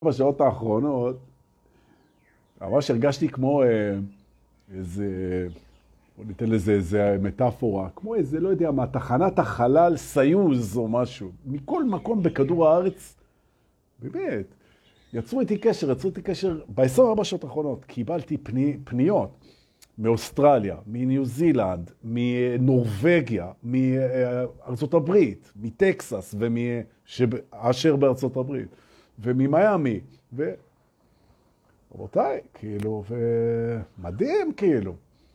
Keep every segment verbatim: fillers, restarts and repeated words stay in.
בשעות האחרונות, ממש הרגשתי כמו אה, איזה, בוא ניתן לזה איזה מטאפורה, כמו איזה, לא יודע מה, תחנת החלל סיוז או משהו. מכל מקום בכדור הארץ, באמת, יצרו איתי קשר, יצרו איתי קשר, ב-עשרים וארבע שעות האחרונות קיבלתי פני, פניות מאוסטרליה, מניו זילנד, מנורווגיה, מארצות הברית, מטקסס ומאשר בארצות הברית. וממיימי, ו... רבותיי, כאילו, ומדהים, כאילו.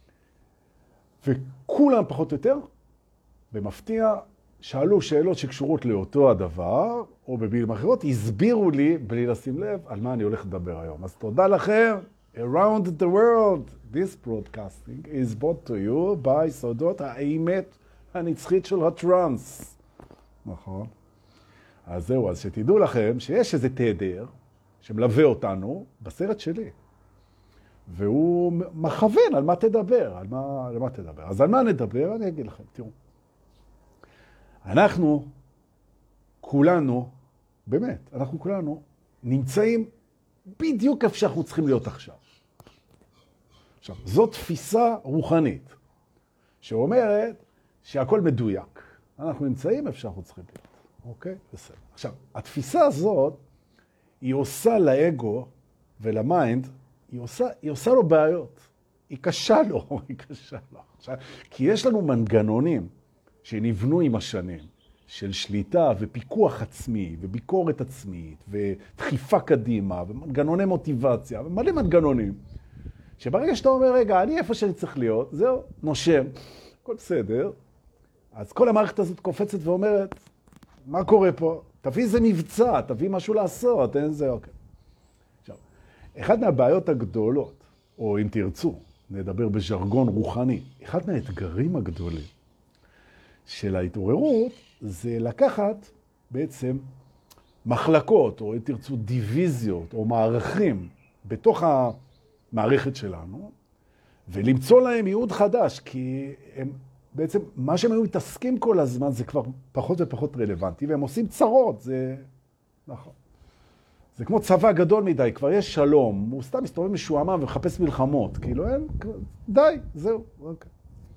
וכולם פחות או יותר, במפתיע, שאלו שאלות שקשורות לאותו הדבר, או במילים אחרות, הסבירו לי, בלי לשים לב, על מה אני הולך לדבר היום. אז תודה לכם. Around the world, this broadcasting is brought to you by סודות האמת הנצחית של הטרנס. נכון? אז זהו, אז שתדעו לכם שיש איזה תדר שמלווה אותנו בסרט שלי. והוא מכוון על מה תדבר, על מה, על מה תדבר. אז על מה נדבר? אני אגיד לכם, תראו. אנחנו, כולנו, באמת, אנחנו כולנו נמצאים בדיוק איפה שאנחנו צריכים להיות עכשיו. עכשיו, זו תפיסה רוחנית, שאומרת שהכל מדויק. אנחנו נמצאים איפה שאנחנו צריכים להיות. אוקיי? בסדר. עכשיו, התפיסה הזאת, היא עושה לאגו ולמיינד, היא עושה, היא עושה לו בעיות. היא קשה לו, היא קשה לו. עכשיו, כי יש לנו מנגנונים שנבנו עם השנים, של שליטה ופיקוח עצמי, וביקורת עצמית, ודחיפה קדימה, ומנגנוני מוטיבציה, ומלא מנגנונים, שברגע שאתה אומר, רגע, אני איפה שאני צריך להיות, זהו, נושם, הכל בסדר, אז כל המערכת הזאת קופצת ואומרת, מה קורה פה? תביא איזה מבצע, תביא משהו לעשות, אין זה, אוקיי. עכשיו, אחד מהבעיות הגדולות, או אם תרצו, נדבר בז'רגון רוחני, אחד מהאתגרים הגדולים של ההתעוררות, זה לקחת בעצם מחלקות, או אם תרצו דיוויזיות, או מערכים, בתוך המערכת שלנו, ולמצוא להם ייעוד חדש, כי הם... בעצם מה שהם היו מתעסקים כל הזמן זה כבר פחות ופחות רלוונטי, והם עושים צרות, זה... נכון. זה כמו צבא גדול מדי, כבר יש שלום, הוא סתם מסתובב משועמם ומחפש מלחמות, כאילו אין, די, זהו. אוקיי.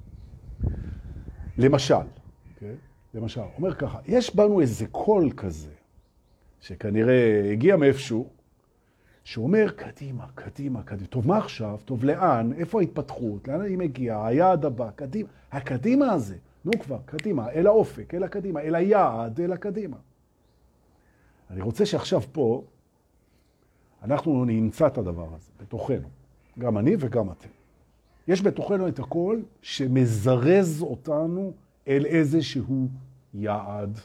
למשל, אוקיי? למשל, אומר ככה, יש בנו איזה קול כזה, שכנראה הגיע מאיפשהו, שאומר, קדימה, קדימה, קדימה. טוב, מה עכשיו? טוב, לאן? איפה ההתפתחות? לאן היא מגיעה? היעד הבא, קדימה. הקדימה הזה, נו כבר, קדימה, אל האופק, אל הקדימה, אל היעד, אל הקדימה. אני רוצה שעכשיו פה, אנחנו נמצא את הדבר הזה, בתוכנו. גם אני וגם אתם. יש בתוכנו את הכל שמזרז אותנו אל איזשהו יעד.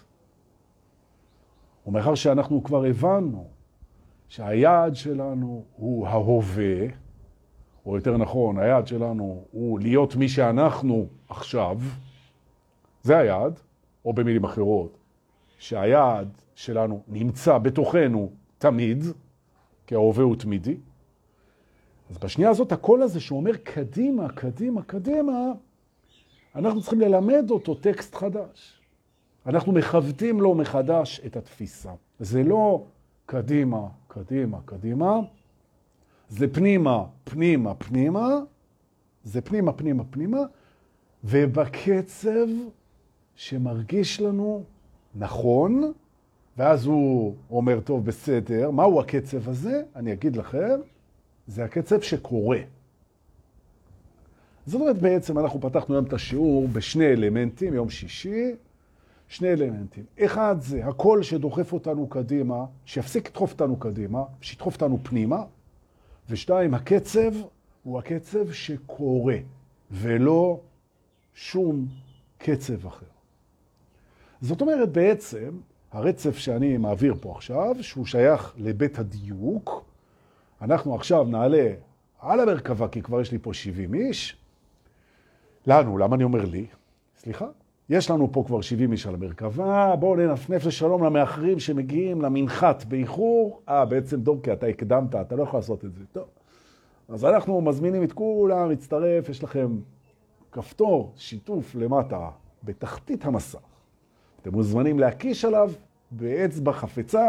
ומאחר שאנחנו כבר הבנו, שהיעד שלנו הוא ההווה, או יותר נכון, היעד שלנו הוא להיות מי שאנחנו עכשיו, זה היעד, או במילים אחרות, שהיעד שלנו נמצא בתוכנו תמיד, כי ההווה הוא תמידי. אז בשנייה הזאת, הקול הזה שאומר קדימה, קדימה, קדימה, אנחנו צריכים ללמד אותו טקסט חדש. אנחנו מכוותים לו מחדש את התפיסה. זה לא קדימה, קדימה, קדימה, זה פנימה, פנימה, פנימה, זה פנימה, פנימה, פנימה, ובקצב שמרגיש לנו נכון, ואז הוא אומר, טוב, בסדר, מהו הקצב הזה? אני אגיד לכם, זה הקצב שקורה. זאת אומרת, בעצם אנחנו פתחנו היום את השיעור בשני אלמנטים, יום שישי, שני אלמנטים. אחד זה הקול שדוחף אותנו קדימה, שיפסיק לדחוף אותנו קדימה, שידחוף אותנו פנימה. ושתיים, הקצב הוא הקצב שקורה, ולא שום קצב אחר. זאת אומרת, בעצם, הרצף שאני מעביר פה עכשיו, שהוא שייך לבית הדיוק, אנחנו עכשיו נעלה על המרכבה, כי כבר יש לי פה שבעים איש. לנו, למה אני אומר לי? סליחה? יש לנו פה כבר שבעים איש על המרכבה, בואו ננפנף לשלום למאחרים שמגיעים למנחת באיחור. אה, בעצם דורקי, אתה הקדמת, אתה לא יכול לעשות את זה. טוב. אז אנחנו מזמינים את כולם, מצטרף, יש לכם כפתור, שיתוף למטה, בתחתית המסך. אתם מוזמנים להקיש עליו באצבע חפצה,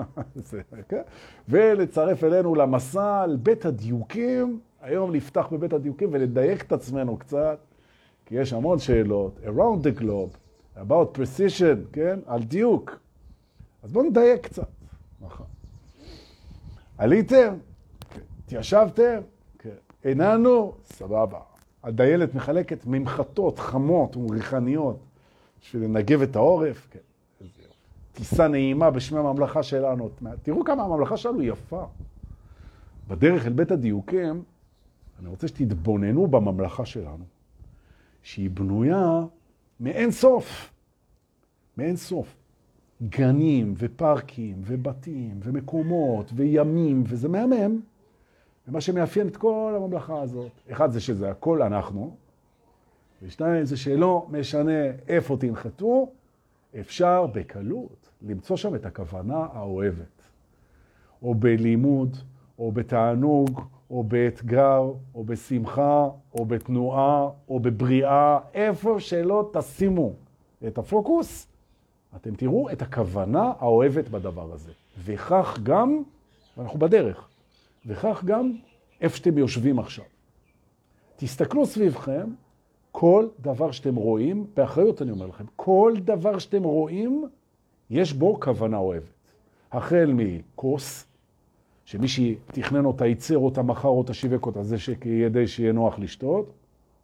ולצרף אלינו למסע על בית הדיוקים. היום נפתח בבית הדיוקים ולדייק את עצמנו קצת, כי יש המון שאלות, around the globe, about precision, כן? על דיוק. אז בואו נדייק קצת. נכון. עליתם? כן. התיישבתם? כן. איננו? סבבה. הדיילת מחלקת ממחטות חמות וריחניות בשביל לנגב את העורף. כן. טיסה נעימה בשמי הממלכה שלנו. תראו כמה הממלכה שלנו יפה. בדרך אל בית הדיוקים, אני רוצה שתתבוננו בממלכה שלנו, שהיא בנויה מאין סוף. מאין סוף. גנים ופארקים ובתים ומקומות וימים, וזה מהמם. ומה שמאפיין את כל הממלכה הזאת. אחד זה שזה הכל אנחנו, ושניים זה שלא משנה איפה תנחתו, אפשר בקלות למצוא שם את הכוונה האוהבת. או בלימוד, או בתענוג, או באתגר, או בשמחה, או בתנועה, או בבריאה, איפה שלא תשימו את הפוקוס, אתם תראו את הכוונה האוהבת בדבר הזה. וכך גם, ואנחנו בדרך, וכך גם איפה שאתם יושבים עכשיו. תסתכלו סביבכם, כל דבר שאתם רואים, באחריות אני אומר לכם, כל דבר שאתם רואים, יש בו כוונה אוהבת. החל מכוס, שמי שתכנן אותה, ייצר אותה, מחר אותה, שיווק אותה, זה שכדי שיהיה נוח לשתות.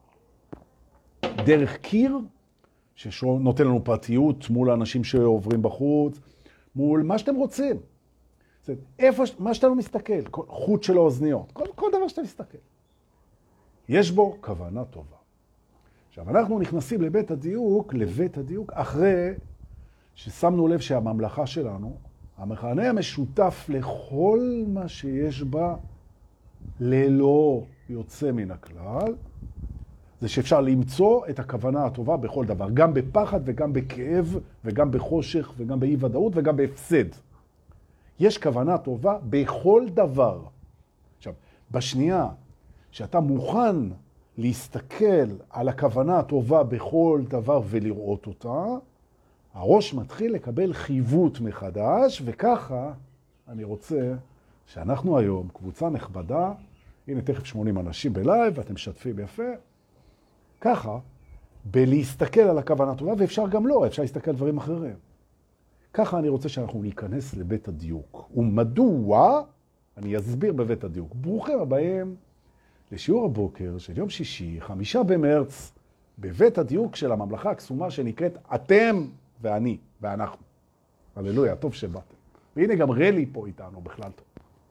דרך קיר, שנותן לנו פרטיות מול האנשים שעוברים בחוץ, מול מה שאתם רוצים. איפה, מה שאתה לא מסתכל, חוט של האוזניות, כל, כל דבר שאתה מסתכל. יש בו כוונה טובה. עכשיו, אנחנו נכנסים לבית הדיוק, לבית הדיוק, אחרי ששמנו לב שהממלכה שלנו, המכנה המשותף לכל מה שיש בה, ללא יוצא מן הכלל, זה שאפשר למצוא את הכוונה הטובה בכל דבר, גם בפחד וגם בכאב וגם בחושך וגם באי ודאות וגם בהפסד. יש כוונה טובה בכל דבר. עכשיו, בשנייה שאתה מוכן להסתכל על הכוונה הטובה בכל דבר ולראות אותה, הראש מתחיל לקבל חיווט מחדש, וככה אני רוצה שאנחנו היום, קבוצה נכבדה, הנה תכף שמונים אנשים בלייב, ואתם משתפים יפה, ככה, בלהסתכל על הכוונה הטובה, ואפשר גם לא, אפשר להסתכל על דברים אחרים. ככה אני רוצה שאנחנו ניכנס לבית הדיוק. ומדוע, אני אסביר בבית הדיוק. ברוכים הבאים לשיעור הבוקר של יום שישי, חמישה במרץ, בבית הדיוק של הממלכה הקסומה שנקראת אתם ואני ואנחנו. הללויה, טוב שבאתם. והנה גם רלי פה איתנו, בכלל טוב.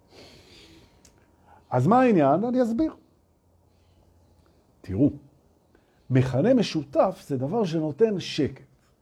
אז מה העניין? אני אסביר. תראו, מכנה משותף זה דבר שנותן שקט.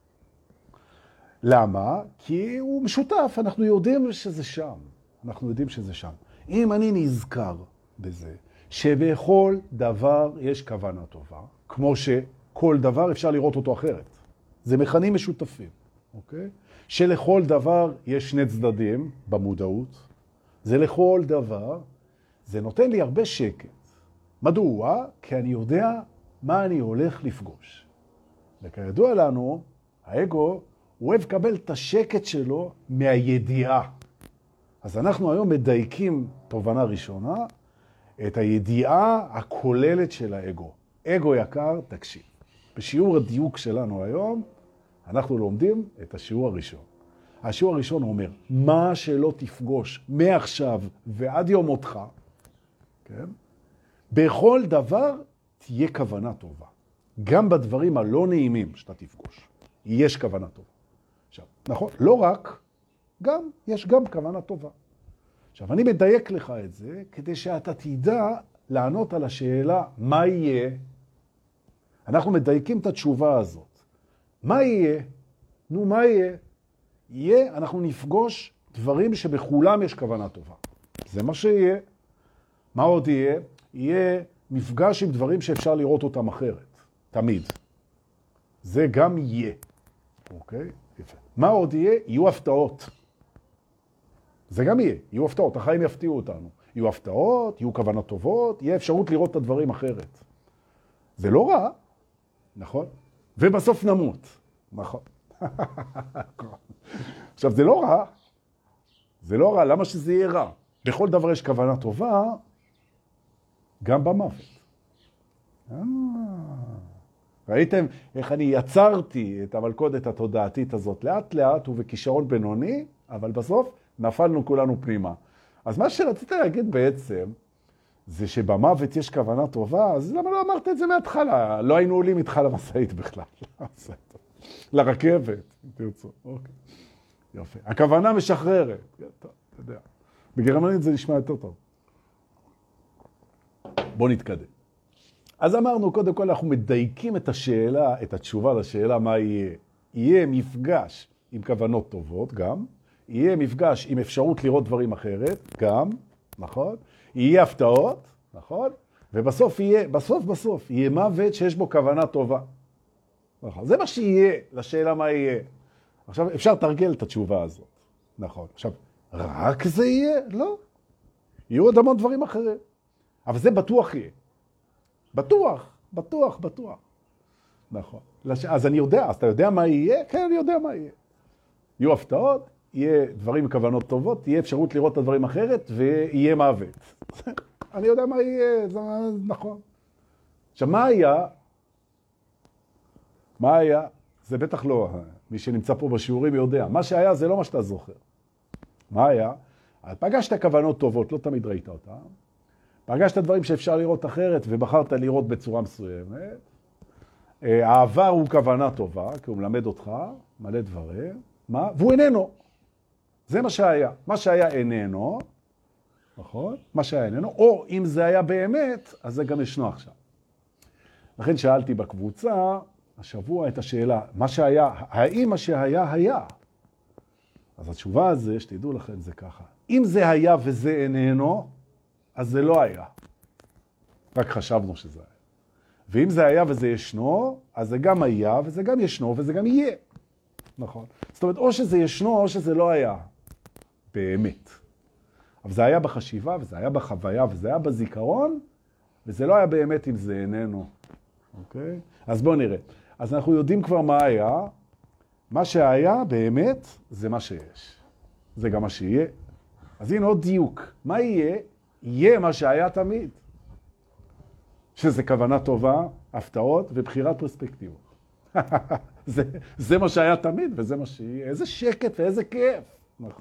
למה? כי הוא משותף, אנחנו יודעים שזה שם. אנחנו יודעים שזה שם. אם אני נזכר בזה, שבכל דבר יש כוונה טובה, כמו שכל דבר אפשר לראות אותו אחרת. זה מכנים משותפים, אוקיי? שלכל דבר יש שני צדדים במודעות. זה לכל דבר, זה נותן לי הרבה שקט. מדוע? כי אני יודע מה אני הולך לפגוש. וכידוע לנו, האגו, הוא אוהב לקבל את השקט שלו מהידיעה. אז אנחנו היום מדייקים תובנה ראשונה, את הידיעה הכוללת של האגו. אגו יקר, תקשיב. בשיעור הדיוק שלנו היום, אנחנו לומדים את השיעור הראשון. השיעור הראשון אומר, מה שלא תפגוש מעכשיו ועד יום מותך, כן? בכל דבר תהיה כוונה טובה. גם בדברים הלא נעימים שאתה תפגוש, יש כוונה טובה. עכשיו, נכון, לא רק, גם, יש גם כוונה טובה. עכשיו, אני מדייק לך את זה, כדי שאתה תדע לענות על השאלה, מה יהיה? אנחנו מדייקים את התשובה הזאת. מה יהיה? נו, מה יהיה? יהיה, אנחנו נפגוש דברים שבכולם יש כוונה טובה. זה מה שיהיה. מה עוד יהיה? יהיה מפגש עם דברים שאפשר לראות אותם אחרת. תמיד. זה גם יהיה. אוקיי? יפה. מה עוד יהיה? יהיו הפתעות. זה גם יהיה. יהיו הפתעות. החיים יפתיעו אותנו. יהיו הפתעות, יהיו כוונות טובות, יהיה אפשרות לראות את הדברים אחרת. זה לא רע, נכון? ובסוף נמות. נכון. עכשיו, זה לא רע. זה לא רע. למה שזה יהיה רע? בכל דבר יש כוונה טובה, גם במוות. אה, ראיתם איך אני יצרתי את המלכודת התודעתית הזאת לאט לאט ובכישרון בינוני, אבל בסוף נפלנו כולנו פנימה. אז מה שרציתי להגיד בעצם, זה שבמוות יש כוונה טובה, אז למה לא אמרת את זה מההתחלה? לא היינו עולים איתך למסעית בכלל. לרכבת, אם תרצו. אוקיי. יופי. הכוונה משחררת. טוב, אתה יודע. בגרמנית זה נשמע יותר טוב. בוא נתקדם. אז אמרנו, קודם כל אנחנו מדייקים את השאלה, את התשובה לשאלה מה יהיה. יהיה מפגש עם כוונות טובות, גם. יהיה מפגש עם אפשרות לראות דברים אחרת, גם. נכון? יהיה הפתעות, נכון? ובסוף יהיה, בסוף בסוף, יהיה מוות שיש בו כוונה טובה. נכון. זה מה שיהיה לשאלה מה יהיה. עכשיו, אפשר לתרגל את התשובה הזאת. נכון. עכשיו, רק זה יהיה? לא. יהיו עוד המון דברים אחרים. אבל זה בטוח יהיה. בטוח, בטוח, בטוח. נכון. לש... אז אני יודע, אז אתה יודע מה יהיה? כן, אני יודע מה יהיה. יהיו הפתעות, יהיה דברים מכוונות טובות, תהיה אפשרות לראות את הדברים אחרת, ויהיה מוות. אני יודע מה יהיה, זה נכון. עכשיו, מה היה? מה היה? זה בטח לא, מי שנמצא פה בשיעורים יודע. מה שהיה זה לא מה שאתה זוכר. מה היה? פגשת כוונות טובות, לא תמיד ראית אותה. פגשת דברים שאפשר לראות אחרת, ובחרת לראות בצורה מסוימת. העבר הוא כוונה טובה, כי הוא מלמד אותך מלא דברים. מה? והוא איננו. זה מה שהיה. מה שהיה איננו, נכון? מה שהיה איננו, או אם זה היה באמת, אז זה גם ישנו עכשיו. לכן שאלתי בקבוצה, השבוע את השאלה, מה שהיה, האם מה שהיה היה? אז התשובה הזה, שתדעו לכם, זה ככה. אם זה היה וזה איננו, אז זה לא היה. רק חשבנו שזה היה. ואם זה היה וזה ישנו, אז זה גם היה וזה גם ישנו וזה גם יהיה. נכון. זאת אומרת, או שזה ישנו או שזה לא היה. באמת. אבל זה היה בחשיבה וזה היה בחוויה וזה היה בזיכרון, וזה לא היה באמת אם זה איננו. אוקיי? אז בואו נראה. אז אנחנו יודעים כבר מה היה. מה שהיה באמת זה מה שיש. זה גם מה שיהיה. אז הנה עוד דיוק. מה יהיה? יהיה מה שהיה תמיד. שזה כוונה טובה, הפתעות ובחירת פרספקטיבות. זה, זה מה שהיה תמיד וזה מה שיהיה. איזה שקט ואיזה כיף. נכון.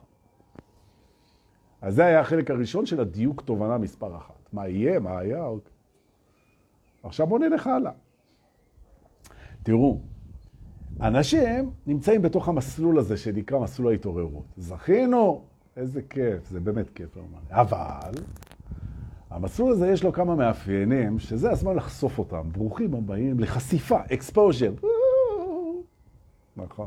אז זה היה החלק הראשון של הדיוק תובנה מספר אחת. מה יהיה? מה היה? אוקיי. עכשיו בואו נלך הלאה. תראו, אנשים נמצאים בתוך המסלול הזה שנקרא מסלול ההתעוררות. זכינו, איזה כיף, זה באמת כיף. אבל המסלול הזה יש לו כמה מאפיינים, שזה הזמן לחשוף אותם. ברוכים הבאים לחשיפה, exposure. נכון.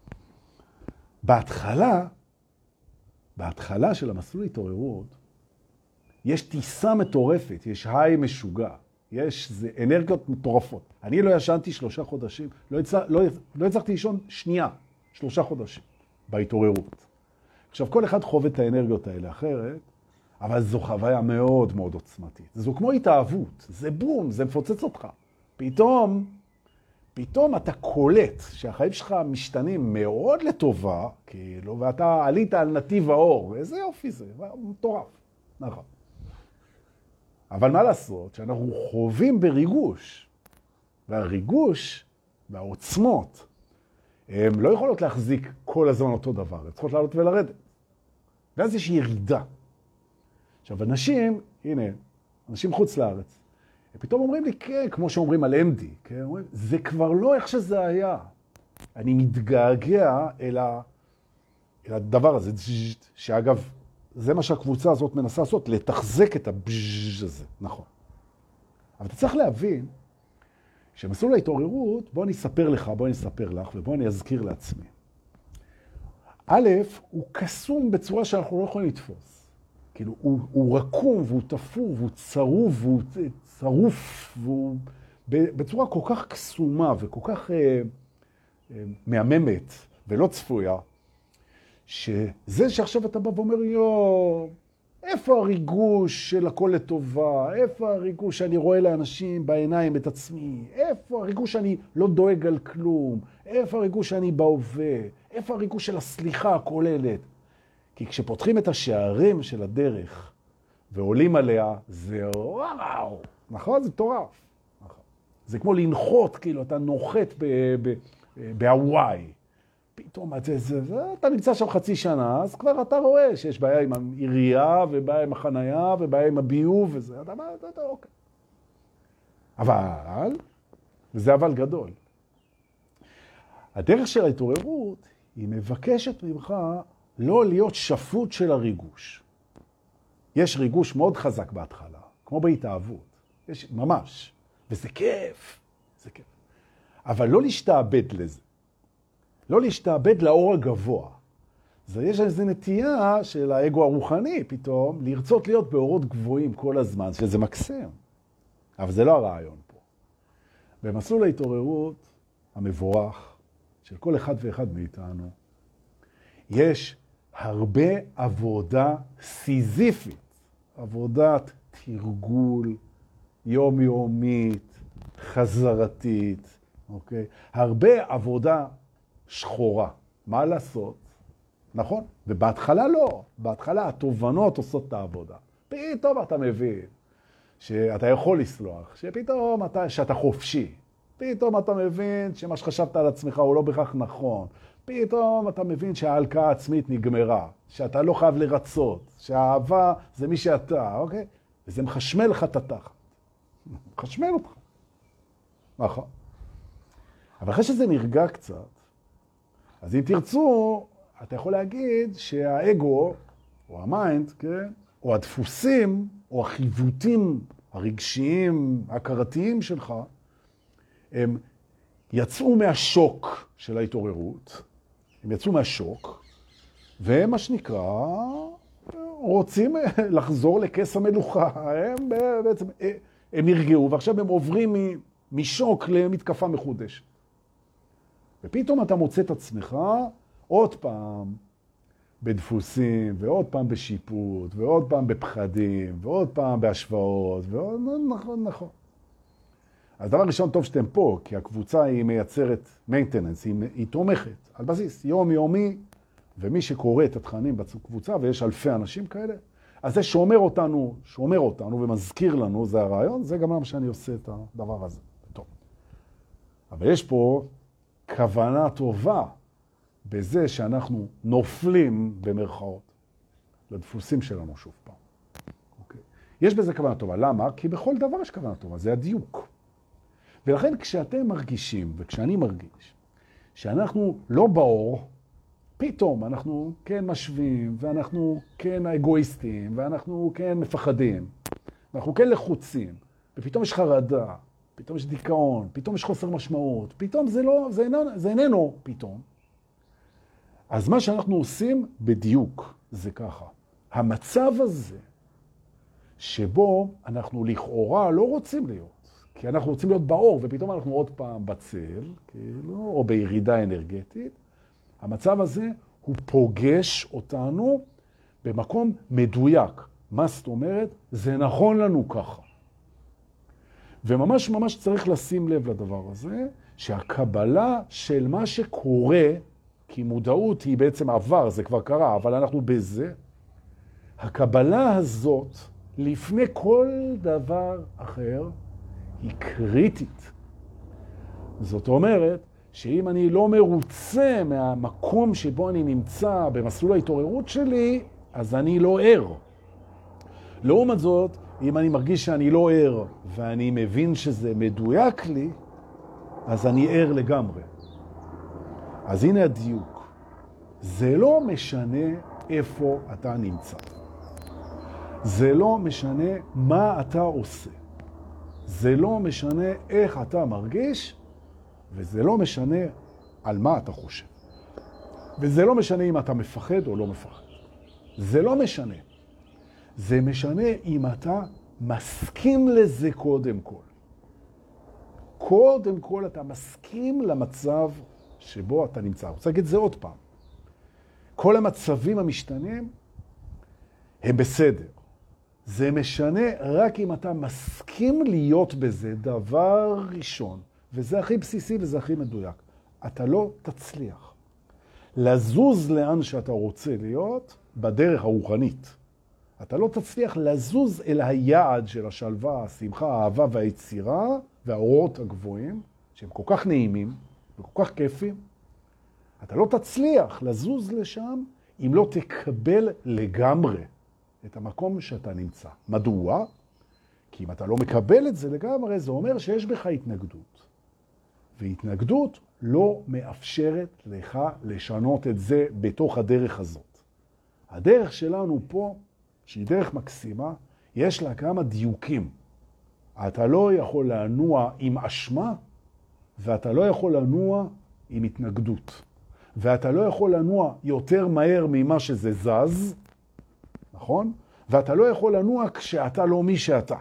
בהתחלה, בהתחלה של המסלול ההתעוררות, יש טיסה מטורפת, יש היי משוגע. יש זה אנרגיות מטורפות. אני לא ישנתי שלושה חודשים, לא, הצל, לא, לא הצלחתי לישון שנייה, שלושה חודשים, בהתעוררות. עכשיו, כל אחד חווה את האנרגיות האלה אחרת, אבל זו חוויה מאוד מאוד עוצמתית. זו כמו התאהבות, זה בום, זה מפוצץ אותך. פתאום, פתאום אתה קולט שהחיים שלך משתנים מאוד לטובה, כאילו, ואתה עלית על נתיב האור, איזה יופי זה, מטורף. נכון. אבל מה לעשות? שאנחנו חווים בריגוש, והריגוש והעוצמות, הן לא יכולות להחזיק כל הזמן אותו דבר, הן צריכות לעלות ולרדת. ואז יש ירידה. עכשיו, אנשים, הנה, אנשים חוץ לארץ, הם פתאום אומרים לי, כן, כמו שאומרים על אם די, כן, אומרים, זה כבר לא איך שזה היה. אני מתגעגע אל, ה... אל הדבר הזה, שאגב, זה מה שהקבוצה הזאת מנסה לעשות, לתחזק את הבז'ז' הזה, נכון. אבל אתה צריך להבין, שמסלול ההתעוררות, בוא אני אספר לך, בוא אני אספר לך, ובוא אני אזכיר לעצמי. א', הוא קסום בצורה שאנחנו לא יכולים לתפוס. כאילו, הוא, הוא רקום, והוא תפור, והוא צרוף, והוא צרוף, והוא בצורה כל כך קסומה, וכל כך אה, אה, מהממת, ולא צפויה, שזה שעכשיו אתה בא ואומר, יו, איפה הריגוש של הכל לטובה? איפה הריגוש שאני רואה לאנשים בעיניים את עצמי? איפה הריגוש שאני לא דואג על כלום? איפה הריגוש שאני בהווה? איפה הריגוש של הסליחה הכוללת? כי כשפותחים את השערים של הדרך ועולים עליה, זה וואו, נכון? זה מטורף. נכון. זה כמו לנחות, כאילו, אתה נוחת בהוואי. פתאום זה, זה, זה, אתה נמצא שם חצי שנה, אז כבר אתה רואה שיש בעיה עם העירייה, ובעיה עם החנייה, ובעיה עם הביוב, וזה, אתה אומר, אתה, אתה, אוקיי. אבל, וזה אבל גדול, הדרך של ההתעוררות, היא מבקשת ממך לא להיות שפוט של הריגוש. יש ריגוש מאוד חזק בהתחלה, כמו בהתאהבות. יש, ממש. וזה כיף. זה כיף. אבל לא להשתעבד לזה. לא להשתעבד לאור הגבוה. זה יש איזו נטייה של האגו הרוחני פתאום, לרצות להיות באורות גבוהים כל הזמן, שזה מקסם. אבל זה לא הרעיון פה. במסלול ההתעוררות המבורך של כל אחד ואחד מאיתנו, יש הרבה עבודה סיזיפית, עבודת תרגול יומיומית, חזרתית, אוקיי? הרבה עבודה שחורה. מה לעשות? נכון? ובהתחלה לא. בהתחלה התובנות עושות את העבודה. פתאום אתה מבין שאתה יכול לסלוח, שפתאום אתה, שאתה חופשי. פתאום אתה מבין שמה שחשבת על עצמך הוא לא בכך נכון. פתאום אתה מבין שההלקאה העצמית נגמרה, שאתה לא חייב לרצות, שהאהבה זה מי שאתה, אוקיי? וזה מחשמל לך את התחת. מחשמל אותך. נכון. אבל אחרי שזה נרגע קצת, אז אם תרצו, אתה יכול להגיד שהאגו, או המיינד, כן? או הדפוסים, או החיווטים הרגשיים, ההכרתיים שלך, הם יצאו מהשוק של ההתעוררות, הם יצאו מהשוק, והם מה שנקרא, רוצים לחזור לכס המלוכה. הם בעצם, הם נרגעו, ועכשיו הם עוברים משוק למתקפה מחודשת. ופתאום אתה מוצא את עצמך עוד פעם בדפוסים, ועוד פעם בשיפוט, ועוד פעם בפחדים, ועוד פעם בהשוואות, ועוד נכון, נכון. אז דבר ראשון טוב שאתם פה, כי הקבוצה היא מייצרת maintenance, היא, היא תומכת על בסיס יום-יומי, ומי שקורא את התכנים בקבוצה, ויש אלפי אנשים כאלה, אז זה שומר אותנו, שומר אותנו ומזכיר לנו, זה הרעיון, זה גם למה שאני עושה את הדבר הזה. טוב. אבל יש פה כוונה טובה בזה שאנחנו נופלים במרכאות לדפוסים שלנו שוב פעם. אוקיי? יש בזה כוונה טובה. למה? כי בכל דבר יש כוונה טובה, זה הדיוק. ולכן כשאתם מרגישים, וכשאני מרגיש, שאנחנו לא באור, פתאום אנחנו כן משווים, ואנחנו כן האגואיסטים, ואנחנו כן מפחדים, ואנחנו כן לחוצים, ופתאום יש חרדה, פתאום יש דיכאון, פתאום יש חוסר משמעות, פתאום זה לא, זה איננו, זה איננו פתאום. אז מה שאנחנו עושים בדיוק זה ככה. המצב הזה, שבו אנחנו לכאורה לא רוצים להיות, כי אנחנו רוצים להיות באור, ופתאום אנחנו עוד פעם בצל, כאילו, או בירידה אנרגטית, המצב הזה הוא פוגש אותנו במקום מדויק. מה זאת אומרת? זה נכון לנו ככה. וממש ממש צריך לשים לב לדבר הזה, שהקבלה של מה שקורה, כי מודעות היא בעצם עבר, זה כבר קרה, אבל אנחנו בזה, הקבלה הזאת, לפני כל דבר אחר, היא קריטית. זאת אומרת, שאם אני לא מרוצה מהמקום שבו אני נמצא במסלול ההתעוררות שלי, אז אני לא ער. לעומת זאת, אם אני מרגיש שאני לא ער, ואני מבין שזה מדויק לי, אז אני ער לגמרי. אז הנה הדיוק. זה לא משנה איפה אתה נמצא. זה לא משנה מה אתה עושה. זה לא משנה איך אתה מרגיש, וזה לא משנה על מה אתה חושב. וזה לא משנה אם אתה מפחד או לא מפחד. זה לא משנה. זה משנה אם אתה מסכים לזה קודם כל. קודם כל אתה מסכים למצב שבו אתה נמצא. אני רוצה להגיד את זה עוד פעם. כל המצבים המשתנים הם בסדר. זה משנה רק אם אתה מסכים להיות בזה דבר ראשון. וזה הכי בסיסי וזה הכי מדויק. אתה לא תצליח לזוז לאן שאתה רוצה להיות בדרך הרוחנית. אתה לא תצליח לזוז אל היעד של השלווה, השמחה, האהבה והיצירה והאורות הגבוהים, שהם כל כך נעימים וכל כך כיפים. אתה לא תצליח לזוז לשם אם לא תקבל לגמרי את המקום שאתה נמצא. מדוע? כי אם אתה לא מקבל את זה לגמרי, זה אומר שיש בך התנגדות. והתנגדות לא מאפשרת לך לשנות את זה בתוך הדרך הזאת. הדרך שלנו פה, שהיא דרך מקסימה, יש לה כמה דיוקים. אתה לא יכול לנוע עם אשמה, ואתה לא יכול לנוע עם התנגדות. ואתה לא יכול לנוע יותר מהר ממה שזה זז, נכון? ואתה לא יכול לנוע כשאתה לא מי שאתה.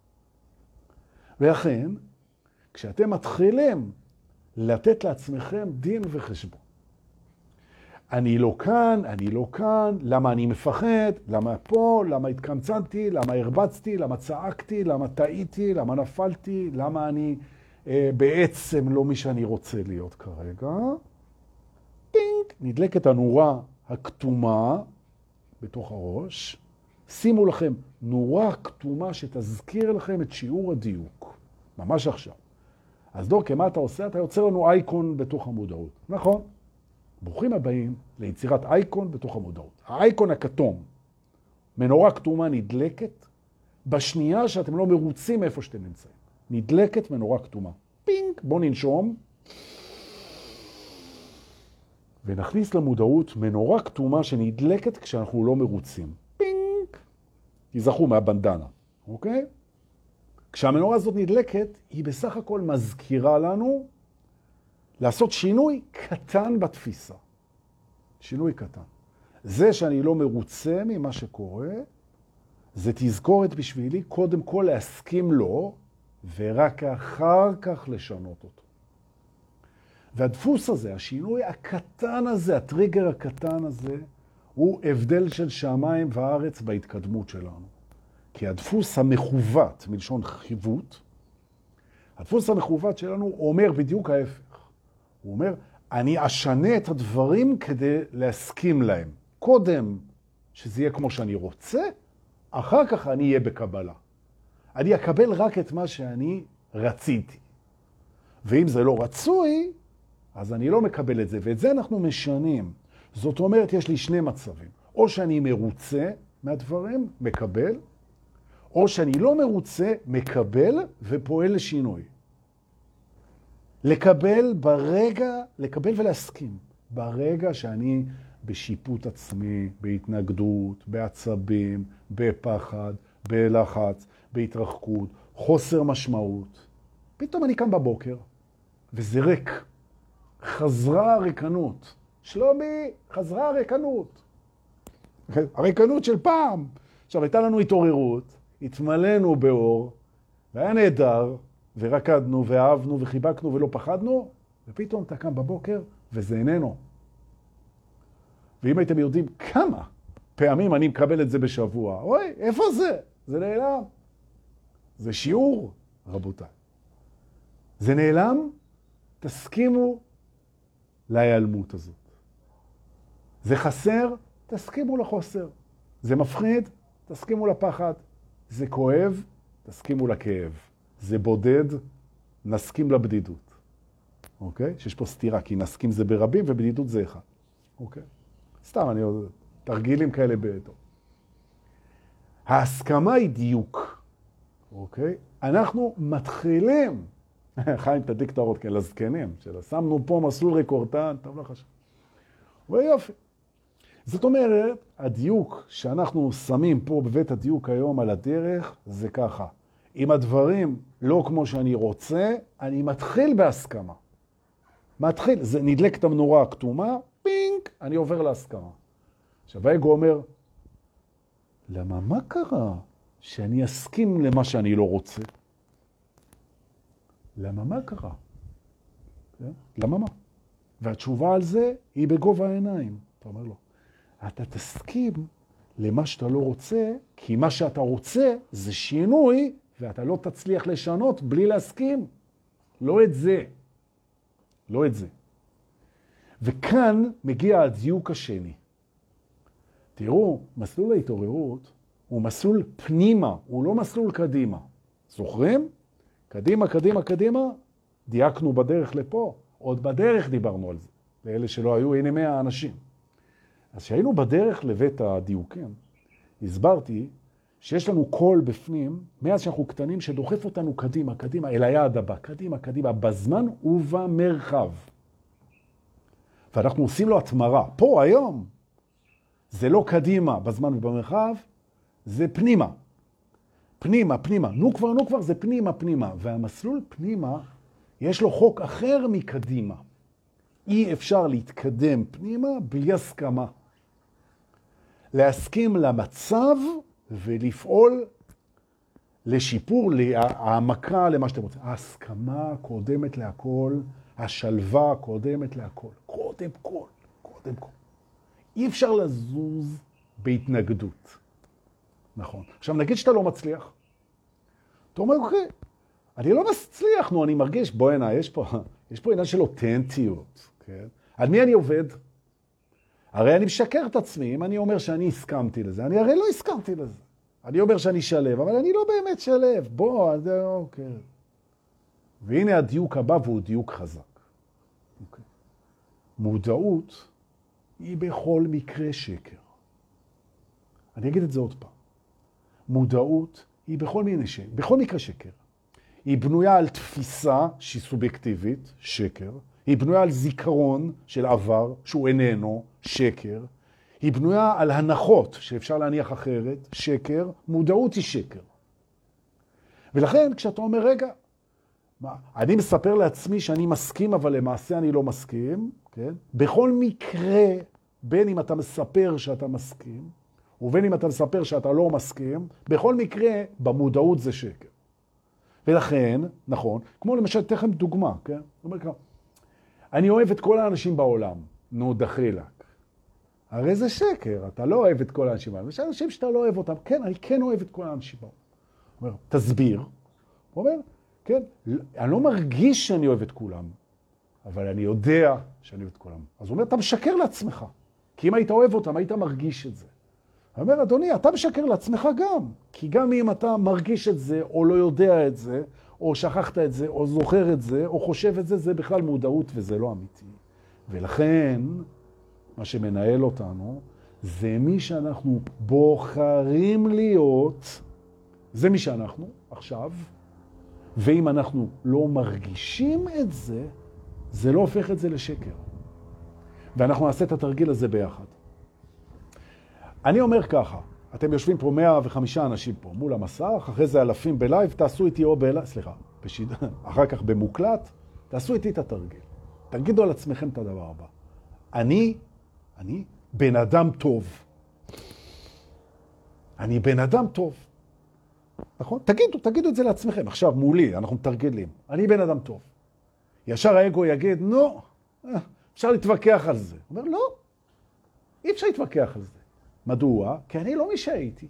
ולכן, כשאתם מתחילים לתת לעצמכם דין וחשבון, אני לא כאן, אני לא כאן, למה אני מפחד, למה פה, למה התקמצנתי, למה הרבצתי, למה צעקתי, למה טעיתי, למה נפלתי, למה אני אה, בעצם לא מי שאני רוצה להיות כרגע. טינק, נדלקת הנורה הכתומה בתוך הראש. שימו לכם נורה כתומה שתזכיר לכם את שיעור הדיוק. ממש עכשיו. אז דורקה, מה אתה עושה? אתה יוצר לנו אייקון בתוך המודעות. נכון? ברוכים הבאים ליצירת אייקון בתוך המודעות. האייקון הכתום, מנורה כתומה נדלקת, בשנייה שאתם לא מרוצים איפה שאתם נמצאים. נדלקת מנורה כתומה. פינק, בוא ננשום. ונכניס למודעות מנורה כתומה שנדלקת כשאנחנו לא מרוצים. פינק. תזכרו מהבנדנה, אוקיי? כשהמנורה הזאת נדלקת, היא בסך הכל מזכירה לנו לעשות שינוי קטן בתפיסה. שינוי קטן. זה שאני לא מרוצה ממה שקורה, זה תזכורת בשבילי קודם כל להסכים לו, ורק אחר כך לשנות אותו. והדפוס הזה, השינוי הקטן הזה, הטריגר הקטן הזה, הוא הבדל של שמיים וארץ בהתקדמות שלנו. כי הדפוס המכוות, מלשון חיוות, הדפוס המכוות שלנו אומר בדיוק ההפך. הוא אומר, אני אשנה את הדברים כדי להסכים להם. קודם שזה יהיה כמו שאני רוצה, אחר כך אני אהיה בקבלה. אני אקבל רק את מה שאני רציתי. ואם זה לא רצוי, אז אני לא מקבל את זה. ואת זה אנחנו משנים. זאת אומרת, יש לי שני מצבים. או שאני מרוצה מהדברים, מקבל, או שאני לא מרוצה, מקבל ופועל לשינוי. לקבל ברגע, לקבל ולהסכים. ברגע שאני בשיפוט עצמי, בהתנגדות, בעצבים, בפחד, בלחץ, בהתרחקות, חוסר משמעות. פתאום אני קם בבוקר, וזה ריק. חזרה הריקנות. שלומי, חזרה הריקנות. הריקנות של פעם. עכשיו, הייתה לנו התעוררות, התמלאנו באור, והיה נהדר, ורקדנו, ואהבנו, וחיבקנו, ולא פחדנו, ופתאום אתה קם בבוקר, וזה איננו. ואם הייתם יודעים כמה פעמים אני מקבל את זה בשבוע, אוי, איפה זה? זה נעלם. זה שיעור, רבותיי. זה נעלם, תסכימו להיעלמות הזאת. זה חסר, תסכימו לחוסר. זה מפחיד, תסכימו לפחד. זה כואב, תסכימו לכאב. זה בודד, נסכים לבדידות. אוקיי? שיש פה סתירה, כי נסכים זה ברבים ובדידות זה אחד. אוקיי? סתם, אני עוד... תרגילים כאלה בטוב. ההסכמה היא דיוק. אוקיי? אנחנו מתחילים, חיים תדליק את האורות כאלה לזקנים, שלה, שמנו פה מסלול רקורטן, טוב לא חשב. ויופי. זאת אומרת, הדיוק שאנחנו שמים פה בבית הדיוק היום על הדרך, זה ככה. אם הדברים לא כמו שאני רוצה, אני מתחיל בהסכמה. מתחיל, זה נדלק את המנורה הכתומה, פינק, אני עובר להסכמה. עכשיו האגו אומר, למה מה קרה שאני אסכים למה שאני לא רוצה? למה מה קרה? כן? למה מה? והתשובה על זה היא בגובה העיניים. אתה אומר לו, אתה תסכים למה שאתה לא רוצה, כי מה שאתה רוצה זה שינוי, ואתה לא תצליח לשנות בלי להסכים. לא את זה. לא את זה. וכאן מגיע הדיוק השני. תראו, מסלול ההתעוררות הוא מסלול פנימה, הוא לא מסלול קדימה. זוכרים? קדימה, קדימה, קדימה, דייקנו בדרך לפה. עוד בדרך דיברנו על זה. לאלה שלא היו, הנה מאה אנשים. אז שהיינו בדרך לבית הדיוקים, הסברתי שיש לנו קול בפנים, מאז שאנחנו קטנים, שדוחף אותנו קדימה, קדימה, אל היעד הבא, קדימה, קדימה, בזמן ובמרחב. ואנחנו עושים לו התמרה. פה, היום, זה לא קדימה בזמן ובמרחב, זה פנימה. פנימה, פנימה. נו כבר, נו כבר, זה פנימה, פנימה. והמסלול פנימה, יש לו חוק אחר מקדימה. אי אפשר להתקדם פנימה בלי הסכמה. להסכים למצב ולפעול לשיפור, להעמקה למה שאתם רוצים. ההסכמה קודמת להכל, השלווה קודמת להכל. קודם כל, קודם כל. אי אפשר לזוז בהתנגדות. נכון. עכשיו נגיד שאתה לא מצליח. אתה אומר, אוקיי, אני לא מצליח, נו, אני מרגיש, בוא הנה, יש פה, יש פה עניין של אותנטיות, כן? על מי אני עובד? הרי אני משקר את עצמי, אם אני אומר שאני הסכמתי לזה, אני הרי לא הסכמתי לזה. אני אומר שאני שלב, אבל אני לא באמת שלב. בוא, אז אוקיי. והנה הדיוק הבא, והוא דיוק חזק. אוקיי. מודעות היא בכל מקרה שקר. אני אגיד את זה עוד פעם. מודעות היא בכל מיני שקר, בכל מקרה שקר. היא בנויה על תפיסה שהיא סובייקטיבית, שקר. היא בנויה על זיכרון של עבר, שהוא איננו, שקר. היא בנויה על הנחות שאפשר להניח אחרת, שקר. מודעות היא שקר. ולכן כשאתה אומר, רגע, מה, אני מספר לעצמי שאני מסכים, אבל למעשה אני לא מסכים, כן? בכל מקרה, בין אם אתה מספר שאתה מסכים, ובין אם אתה מספר שאתה לא מסכים, בכל מקרה, במודעות זה שקר. ולכן, נכון, כמו למשל, תכף דוגמה, כן? אומר ככה, אני אוהב את כל האנשים בעולם, נו דחילק. הרי זה שקר, אתה לא אוהב את כל האנשים בעולם. יש אנשים שאתה לא אוהב אותם, כן, אני כן אוהב את כל האנשים בעולם. הוא אומר, תסביר. הוא אומר, כן, אני לא מרגיש שאני אוהב את כולם, אבל אני יודע שאני אוהב את כולם. אז הוא אומר, אתה משקר לעצמך, כי אם היית אוהב אותם, היית מרגיש את זה. הוא אומר, אדוני, אתה משקר לעצמך גם, כי גם אם אתה מרגיש את זה, או לא יודע את זה, או שכחת את זה, או זוכר את זה, או חושב את זה, זה בכלל מודעות וזה לא אמיתי. ולכן, מה שמנהל אותנו, זה מי שאנחנו בוחרים להיות, זה מי שאנחנו עכשיו, ואם אנחנו לא מרגישים את זה, זה לא הופך את זה לשקר. ואנחנו נעשה את התרגיל הזה ביחד. אני אומר ככה, אתם יושבים פה מאה וחמישה אנשים פה מול המסך, אחרי זה אלפים בלייב, תעשו איתי או בלייב, סליחה, בשיד... אחר כך במוקלט, תעשו איתי את התרגיל. תגידו על עצמכם את הדבר הבא. אני, אני בן אדם טוב. אני בן אדם טוב. נכון? תגידו, תגידו את זה לעצמכם. עכשיו מולי, אנחנו מתרגלים. אני בן אדם טוב. ישר האגו יגיד, נו, אפשר להתווכח על זה. הוא אומר, לא, אי אפשר להתווכח על זה. מדוע? כי אני לא מי שהייתי.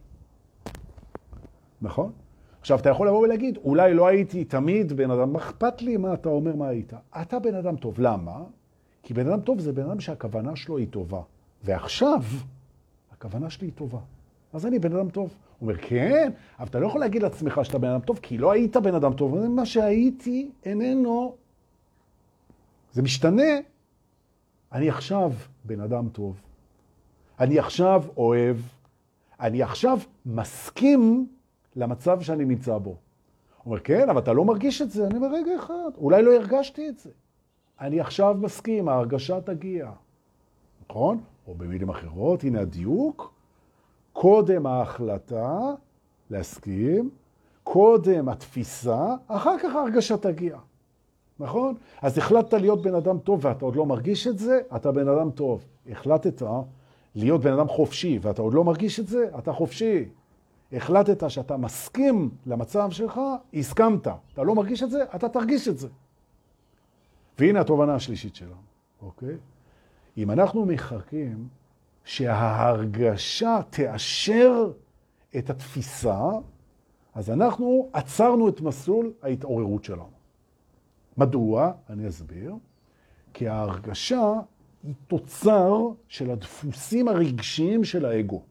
נכון? עכשיו, אתה יכול לבוא ולהגיד, אולי לא הייתי תמיד בן אדם, מה אכפת לי מה אתה אומר מה היית? אתה בן אדם טוב. למה? כי בן אדם טוב זה בן אדם שהכוונה שלו היא טובה. ועכשיו, הכוונה שלי היא טובה. אז אני בן אדם טוב. הוא אומר, כן, אבל אתה לא יכול להגיד לעצמך שאתה בן אדם טוב, כי לא היית בן אדם טוב. מה שהייתי איננו, זה משתנה. אני עכשיו בן אדם טוב. אני עכשיו אוהב. אני עכשיו מסכים למצב שאני נמצא בו. הוא אומר, כן, אבל אתה לא מרגיש את זה. אני אומר, רגע אחד, אולי לא הרגשתי את זה. אני עכשיו מסכים, ההרגשה תגיע. נכון? או במילים אחרות, הנה הדיוק. קודם ההחלטה להסכים, קודם התפיסה, אחר כך ההרגשה תגיע. נכון? אז החלטת להיות בן אדם טוב ואתה עוד לא מרגיש את זה, אתה בן אדם טוב. החלטת להיות בן אדם חופשי ואתה עוד לא מרגיש את זה, אתה חופשי. החלטת שאתה מסכים למצב שלך, הסכמת. אתה לא מרגיש את זה, אתה תרגיש את זה. והנה התובנה השלישית שלנו. אוקיי? אם אנחנו מחכים שההרגשה תאשר את התפיסה, אז אנחנו עצרנו את מסלול ההתעוררות שלנו. מדוע? אני אסביר. כי ההרגשה היא תוצר של הדפוסים הרגשיים של האגו.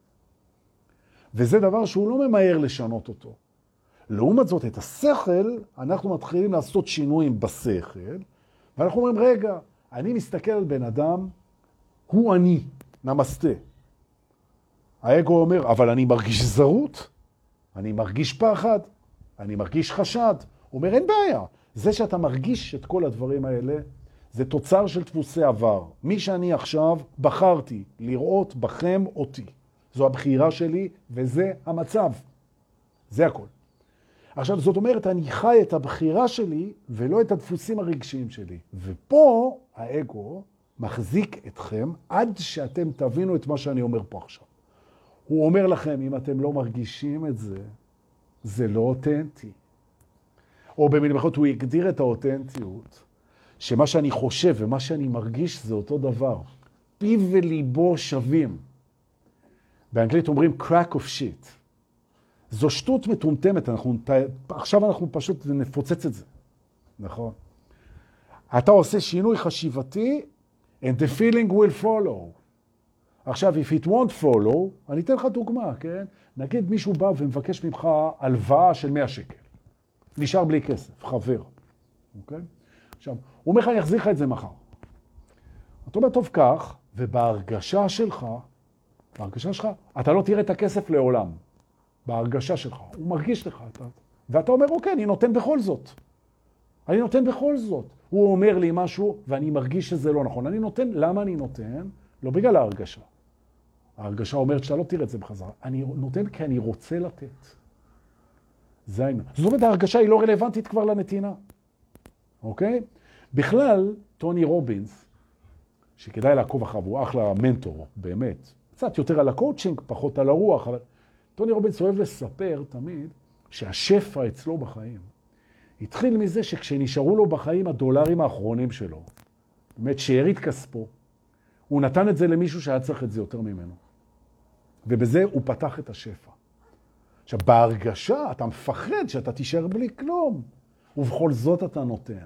וזה דבר שהוא לא ממהר לשנות אותו. לעומת זאת, את השכל, אנחנו מתחילים לעשות שינויים בשכל, ואנחנו אומרים, רגע, אני מסתכל על בן אדם, הוא אני, נמסטה. האגו אומר, אבל אני מרגיש זרות, אני מרגיש פחד, אני מרגיש חשד. הוא אומר, אין בעיה. זה שאתה מרגיש את כל הדברים האלה, זה תוצר של דפוסי עבר. מי שאני עכשיו בחרתי לראות בכם אותי. זו הבחירה שלי, וזה המצב. זה הכל. עכשיו, זאת אומרת, אני חי את הבחירה שלי, ולא את הדפוסים הרגשיים שלי. ופה האגו מחזיק אתכם, עד שאתם תבינו את מה שאני אומר פה עכשיו. הוא אומר לכם, אם אתם לא מרגישים את זה, זה לא אותנטי. או במילים אחרות, הוא הגדיר את האותנטיות, שמה שאני חושב ומה שאני מרגיש זה אותו דבר. פיו וליבו שווים. באנגלית אומרים crack of shit. זו שטות מטומטמת, אנחנו, עכשיו אנחנו פשוט נפוצץ את זה. נכון? אתה עושה שינוי חשיבתי, and the feeling will follow. עכשיו, if it won't follow, אני אתן לך דוגמה, כן? נגיד מישהו בא ומבקש ממך הלוואה של מאה שקל. נשאר בלי כסף, חבר. אוקיי? עכשיו, הוא אומר לך, אני אחזיר לך את זה מחר. אתה אומר, טוב כך, ובהרגשה שלך, בהרגשה שלך, אתה לא תראה את הכסף לעולם. בהרגשה שלך. הוא מרגיש לך. אתה, ואתה אומר, אוקיי, אני נותן בכל זאת. אני נותן בכל זאת. הוא אומר לי משהו, ואני מרגיש שזה לא נכון. אני נותן, למה אני נותן? לא בגלל ההרגשה. ההרגשה אומרת שאתה לא תראה את זה בחזרה. אני נותן כי אני רוצה לתת. זה העניין. זאת אומרת, ההרגשה היא לא רלוונטית כבר לנתינה. אוקיי? בכלל, טוני רובינס, שכדאי לעקוב אחריו, הוא אחלה מנטור, באמת. קצת יותר על הקואוצ'ינג, פחות על הרוח, אבל טוני רובינס אוהב לספר תמיד שהשפע אצלו בחיים התחיל מזה שכשנשארו לו בחיים הדולרים האחרונים שלו, באמת שארית כספו, הוא נתן את זה למישהו שהיה צריך את זה יותר ממנו. ובזה הוא פתח את השפע. עכשיו, בהרגשה אתה מפחד שאתה תישאר בלי כלום, ובכל זאת אתה נותן.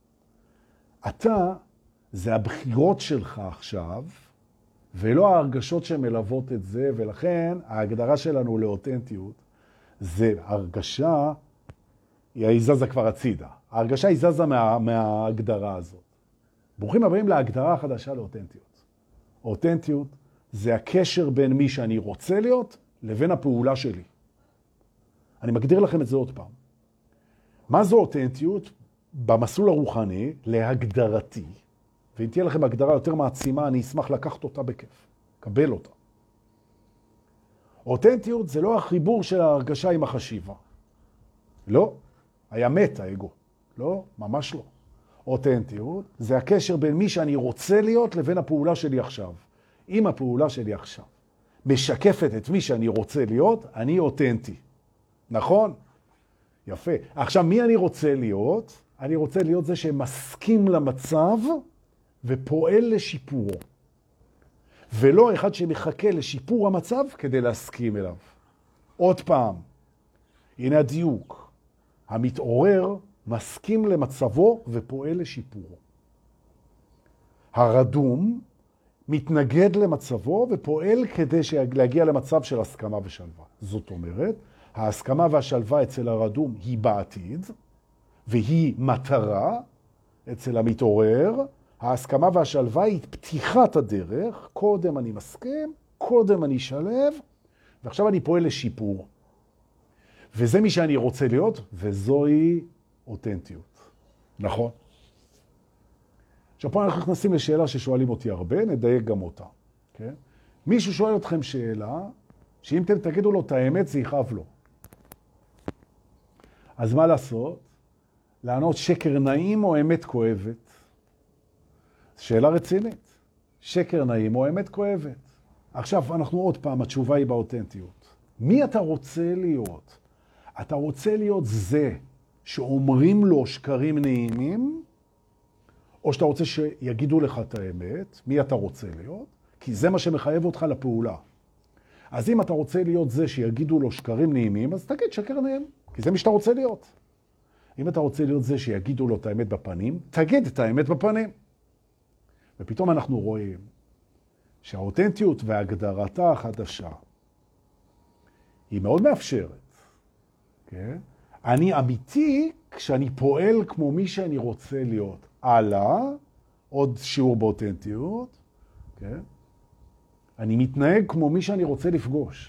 אתה, זה הבחירות שלך עכשיו, ולא ההרגשות שמלוות את זה, ולכן ההגדרה שלנו לאותנטיות, זה הרגשה, היא זזה כבר הצידה. ההרגשה היא זזה מה, מההגדרה הזאת. ברוכים הבאים להגדרה החדשה לאותנטיות. אותנטיות זה הקשר בין מי שאני רוצה להיות, לבין הפעולה שלי. אני מגדיר לכם את זה עוד פעם. מה זו אותנטיות? במסלול הרוחני, להגדרתי, ואם תהיה לכם הגדרה יותר מעצימה, אני אשמח לקחת אותה בכיף. קבל אותה. אותנטיות זה לא החיבור של ההרגשה עם החשיבה. לא. היה מת האגו. לא, ממש לא. אותנטיות זה הקשר בין מי שאני רוצה להיות לבין הפעולה שלי עכשיו. אם הפעולה שלי עכשיו משקפת את מי שאני רוצה להיות, אני אותנטי. נכון? יפה. עכשיו, מי אני רוצה להיות? אני רוצה להיות זה שמסכים למצב ופועל לשיפורו. ולא אחד שמחכה לשיפור המצב כדי להסכים אליו. עוד פעם, הנה הדיוק. המתעורר מסכים למצבו ופועל לשיפורו. הרדום מתנגד למצבו ופועל כדי להגיע למצב של הסכמה ושלווה. זאת אומרת, ההסכמה והשלווה אצל הרדום היא בעתיד, והיא מטרה אצל המתעורר. ההסכמה והשלווה היא פתיחת הדרך. קודם אני מסכים, קודם אני שלב, ועכשיו אני פועל לשיפור. וזה מי שאני רוצה להיות, וזוהי אותנטיות. נכון? עכשיו פה אנחנו נכנסים לשאלה ששואלים אותי הרבה, נדייק גם אותה. כן? מישהו שואל אתכם שאלה, שאם אתם תגידו לו את האמת, זה יכאב לו. אז מה לעשות? לענות שקר נעים או אמת כואבת? שאלה רצינית. שקר נעים או אמת כואבת? עכשיו, אנחנו עוד פעם, התשובה היא באותנטיות. מי אתה רוצה להיות? אתה רוצה להיות זה שאומרים לו שקרים נעימים, או שאתה רוצה שיגידו לך את האמת? מי אתה רוצה להיות? כי זה מה שמחייב אותך לפעולה. אז אם אתה רוצה להיות זה שיגידו לו שקרים נעימים, אז תגיד שקר נעים, כי זה מי שאתה רוצה להיות. אם אתה רוצה להיות זה שיגידו לו את האמת בפנים, תגיד את האמת בפנים. ופתאום אנחנו רואים שהאותנטיות והגדרתה החדשה היא מאוד מאפשרת. כן? אני אמיתי כשאני פועל כמו מי שאני רוצה להיות. הלאה, עוד שיעור באותנטיות. כן? אני מתנהג כמו מי שאני רוצה לפגוש.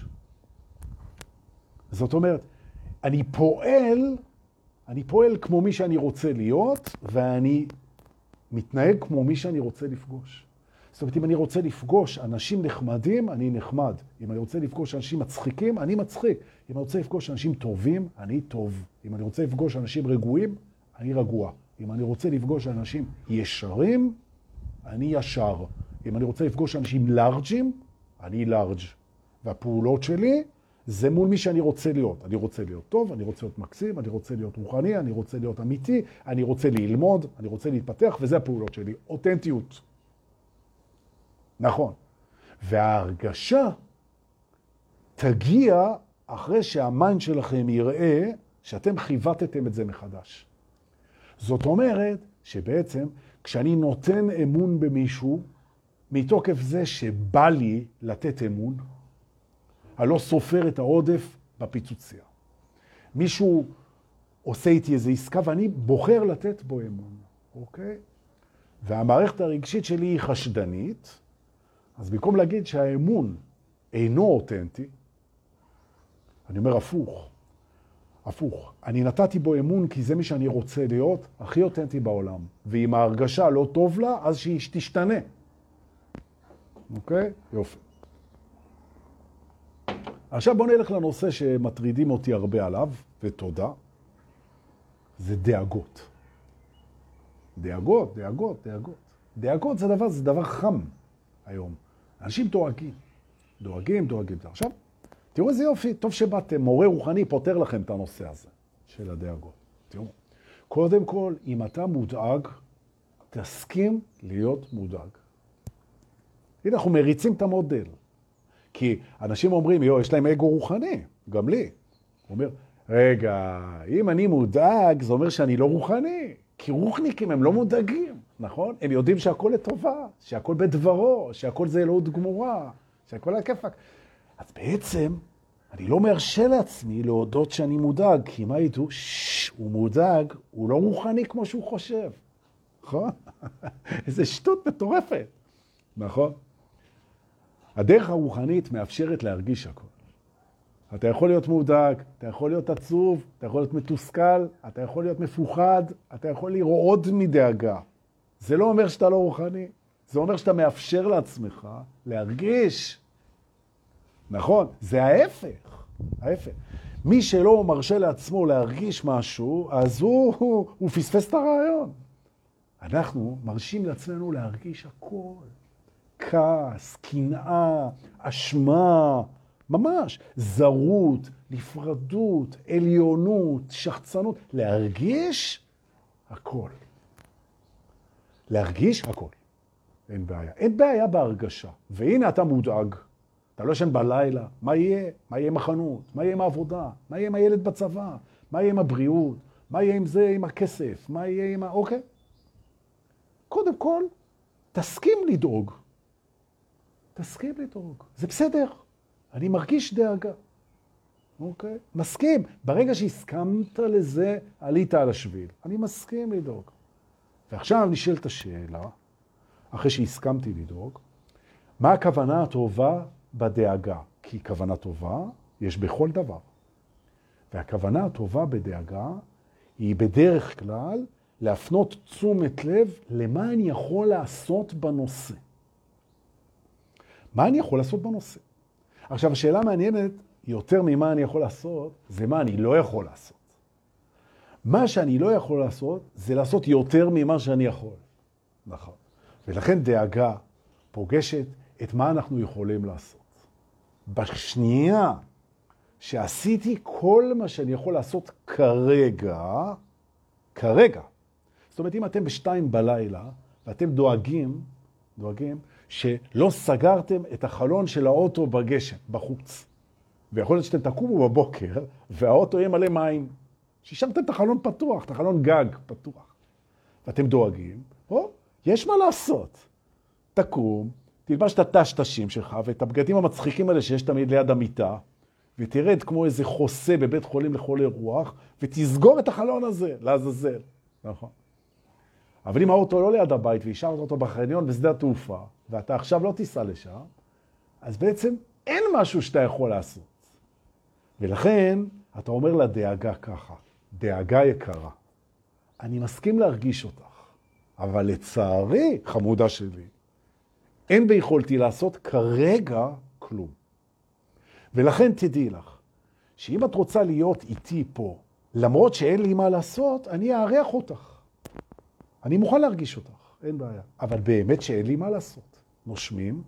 זאת אומרת, אני פועל, אני פועל כמו מי שאני רוצה להיות, ואני מתנהג כמו מי שאני רוצה לפגוש. זאת אומרת, אם אני רוצה לפגוש אנשים נחמדים, אני נחמד. אם אני רוצה לפגוש אנשים מצחיקים, אני מצחיק. אם אני רוצה לפגוש אנשים טובים, אני טוב. אם אני רוצה לפגוש אנשים רגועים, אני רגוע. אם אני רוצה לפגוש אנשים ישרים, אני ישר. אם אני רוצה לפגוש אנשים לארג'ים, אני לארג'. והפעולות שלי זה מול מי שאני רוצה להיות. אני רוצה להיות טוב, אני רוצה להיות מקסים, אני רוצה להיות רוחני, אני רוצה להיות אמיתי, אני רוצה ללמוד, אני רוצה להתפתח, וזה הפעולות שלי. אותנטיות. נכון. וההרגשה תגיע אחרי שהמיינד שלכם יראה שאתם חיוותתם את זה מחדש. זאת אומרת שבעצם כשאני נותן אמון במישהו, מתוקף זה שבא לי לתת אמון, אני לא סופר את העודף בפיצוציה. מישהו עושה איתי איזו עסקה ואני בוחר לתת בו אמון, אוקיי? והמערכת הרגשית שלי היא חשדנית, אז במקום להגיד שהאמון אינו אותנטי, אני אומר הפוך, הפוך. אני נתתי בו אמון כי זה מי שאני רוצה להיות, הכי אותנטי בעולם. ואם ההרגשה לא טוב לה, אז שהיא תשתנה. אוקיי? יופי. עכשיו בוא נלך לנושא שמטרידים אותי הרבה עליו, ותודה. זה דאגות. דאגות, דאגות, דאגות. דאגות זה דבר, זה דבר חם היום. אנשים דואגים. דואגים, דואגים. עכשיו, תראו איזה יופי, טוב שבאתם, מורה רוחני פותר לכם את הנושא הזה של הדאגות. תראו, קודם כל, אם אתה מודאג, תסכים להיות מודאג. הנה, אנחנו מריצים את המודל. כי אנשים אומרים, יו, יש להם אגו רוחני, גם לי. הוא אומר, רגע, אם אני מודאג, זה אומר שאני לא רוחני. כי רוחניקים הם לא מודאגים, נכון? הם יודעים שהכל לטובה, שהכל בדברו, שהכל זה אלוהות גמורה, שהכל הכיפק. אז בעצם, אני לא מרשה לעצמי להודות שאני מודאג, כי מה ידעו? ששש, הוא מודאג, הוא לא רוחני כמו שהוא חושב. נכון? איזו שטות מטורפת. נכון? הדרך הרוחנית מאפשרת להרגיש הכל. אתה יכול להיות מודאג, אתה יכול להיות עצוב, אתה יכול להיות מתוסכל, אתה יכול להיות מפוחד, אתה יכול לרעוד מדאגה. זה לא אומר שאתה לא רוחני, זה אומר שאתה מאפשר לעצמך להרגיש. נכון? זה ההפך. ההפך. מי שלא מרשה לעצמו להרגיש משהו, אז הוא, הוא, הוא פספס את הרעיון. אנחנו מרשים לעצמנו להרגיש הכל. כעס, קנאה, אשמה, ממש, זרות, נפרדות, עליונות, שחצנות, להרגיש הכל. להרגיש הכל. אין בעיה. אין בעיה בהרגשה. והנה אתה מודאג. אתה לא ישן בלילה. מה יהיה? מה יהיה עם החנות? מה יהיה עם העבודה? מה יהיה עם הילד בצבא? מה יהיה עם הבריאות? מה יהיה עם זה, עם הכסף? מה יהיה עם ה... אוקיי? קודם כל, תסכים לדאוג. תסכים לדאוג. זה בסדר. אני מרגיש דאגה. אוקיי? מסכים. ברגע שהסכמת לזה, עלית על השביל. אני מסכים לדאוג. ועכשיו נשאלת השאלה, אחרי שהסכמתי לדאוג, מה הכוונה הטובה בדאגה? כי כוונה טובה יש בכל דבר. והכוונה הטובה בדאגה היא בדרך כלל להפנות תשומת לב למה אני יכול לעשות בנושא. מה אני יכול לעשות בנושא? עכשיו, השאלה מעניינת יותר ממה אני יכול לעשות, זה מה אני לא יכול לעשות. מה שאני לא יכול לעשות, זה לעשות יותר ממה שאני יכול. נכון. ולכן דאגה פוגשת את מה אנחנו יכולים לעשות. בשנייה שעשיתי כל מה שאני יכול לעשות כרגע, כרגע. זאת אומרת, אם אתם בשתיים בלילה, ואתם דואגים, דואגים, שלא סגרתם את החלון של האוטו בגשם, בחוץ. ויכול להיות שאתם תקומו בבוקר, והאוטו יהיה מלא מים. שישמתם את החלון פתוח, את החלון גג פתוח. ואתם דואגים, או, יש מה לעשות. תקום, תלבש את הטשטשים שלך ואת הבגדים המצחיקים האלה שיש תמיד ליד המיטה, ותרד כמו איזה חוסה בבית חולים לחולי רוח, ותסגור את החלון הזה, לעזאזל. נכון. אבל אם האוטו לא ליד הבית, והשארת אותו בחניון בשדה התעופה, ואתה עכשיו לא תיסע לשם, אז בעצם אין משהו שאתה יכול לעשות. ולכן אתה אומר לדאגה ככה, דאגה יקרה, אני מסכים להרגיש אותך, אבל לצערי, חמודה שלי, אין ביכולתי לעשות כרגע כלום. ולכן תדעי לך, שאם את רוצה להיות איתי פה, למרות שאין לי מה לעשות, אני אארח אותך. אני מוכן להרגיש אותך, אין בעיה. אבל באמת שאין לי מה לעשות. נושמים,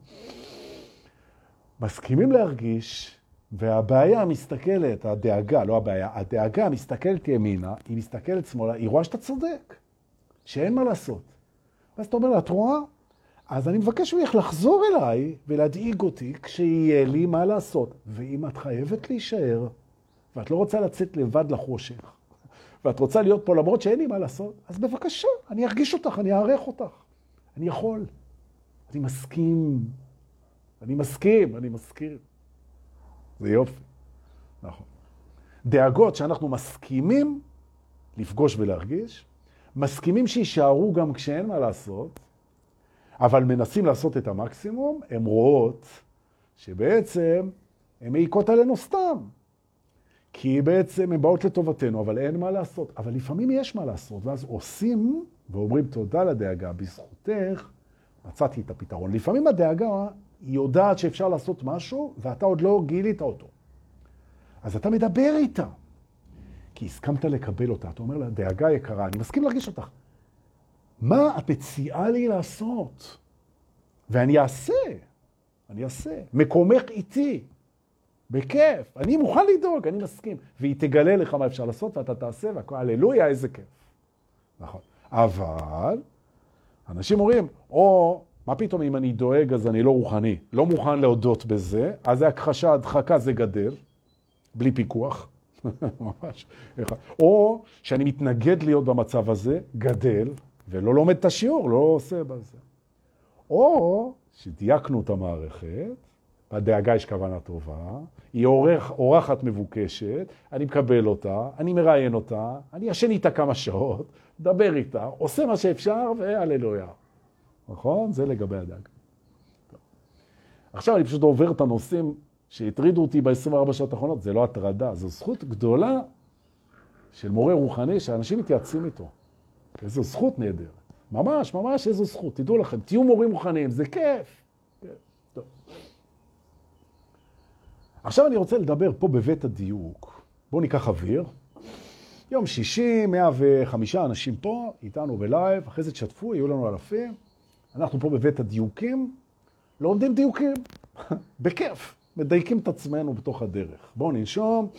מסכימים להרגיש, והבעיה מסתכלת, הדאגה, לא הבעיה, הדאגה מסתכלת ימינה, היא מסתכלת שמאלה, היא רואה שאתה צודק, שאין מה לעשות. ואז אתה אומר לה, את רואה? אז אני מבקש ממך לחזור אליי ולהדאיג אותי כשיהיה לי מה לעשות. ואם את חייבת להישאר, ואת לא רוצה לצאת לבד לחושך, ואת רוצה להיות פה למרות שאין לי מה לעשות, אז בבקשה, אני ארגיש אותך, אני אערך אותך. אני יכול. אני מסכים. אני מסכים, אני מסכים. זה יופי. נכון. דאגות שאנחנו מסכימים לפגוש ולהרגיש, מסכימים שישארו גם כשאין מה לעשות, אבל מנסים לעשות את המקסימום, הן רואות שבעצם הן מעיקות עלינו סתם. כי בעצם הן באות לטובתנו, אבל אין מה לעשות. אבל לפעמים יש מה לעשות, ואז עושים ואומרים תודה לדאגה, בזכותך מצאתי את הפתרון. לפעמים הדאגה היא יודעת שאפשר לעשות משהו, ואתה עוד לא גילית אותו. אז אתה מדבר איתה, כי הסכמת לקבל אותה. אתה אומר לה, דאגה יקרה, אני מסכים להרגיש אותך. מה את מציעה לי לעשות? ואני אעשה, אני אעשה. מקומך איתי, בכיף. אני מוכן לדאוג, אני מסכים. והיא תגלה לך מה אפשר לעשות, ואתה תעשה, והכל, הללויה, איזה כיף. נכון. אבל, אנשים אומרים, או, מה פתאום אם אני דואג, אז אני לא רוחני. לא מוכן להודות בזה, אז זה הכחשה, הדחקה, זה גדל, בלי פיקוח. ממש. או שאני מתנגד להיות במצב הזה, גדל, ולא לומד את השיעור, לא עושה בזה. או שדייקנו את המערכת, בדאגה יש כוונה טובה, היא אורח, אורחת מבוקשת, אני מקבל אותה, אני מראיין אותה, אני ישן איתה כמה שעות, דבר איתה, עושה מה שאפשר, והללויה. נכון? זה לגבי הדאגה. עכשיו אני פשוט עובר את הנושאים שהטרידו אותי ב-עשרים וארבע שעות האחרונות, זה לא הטרדה, זו זכות גדולה של מורה רוחני שאנשים מתייעצים איתו. איזו זכות נהדרת. ממש, ממש איזו זכות. תדעו לכם, תהיו מורים רוחניים, זה כיף. טוב. עכשיו אני רוצה לדבר פה בבית הדיוק. בואו ניקח אוויר. יום שישי, מאה וחמישה אנשים פה, איתנו בלייב, אחרי זה תשתפו, יהיו לנו אלפים. אנחנו פה בבית הדיוקים, לא עומדים דיוקים. בכיף. מדייקים את עצמנו בתוך הדרך. בואו ננשום.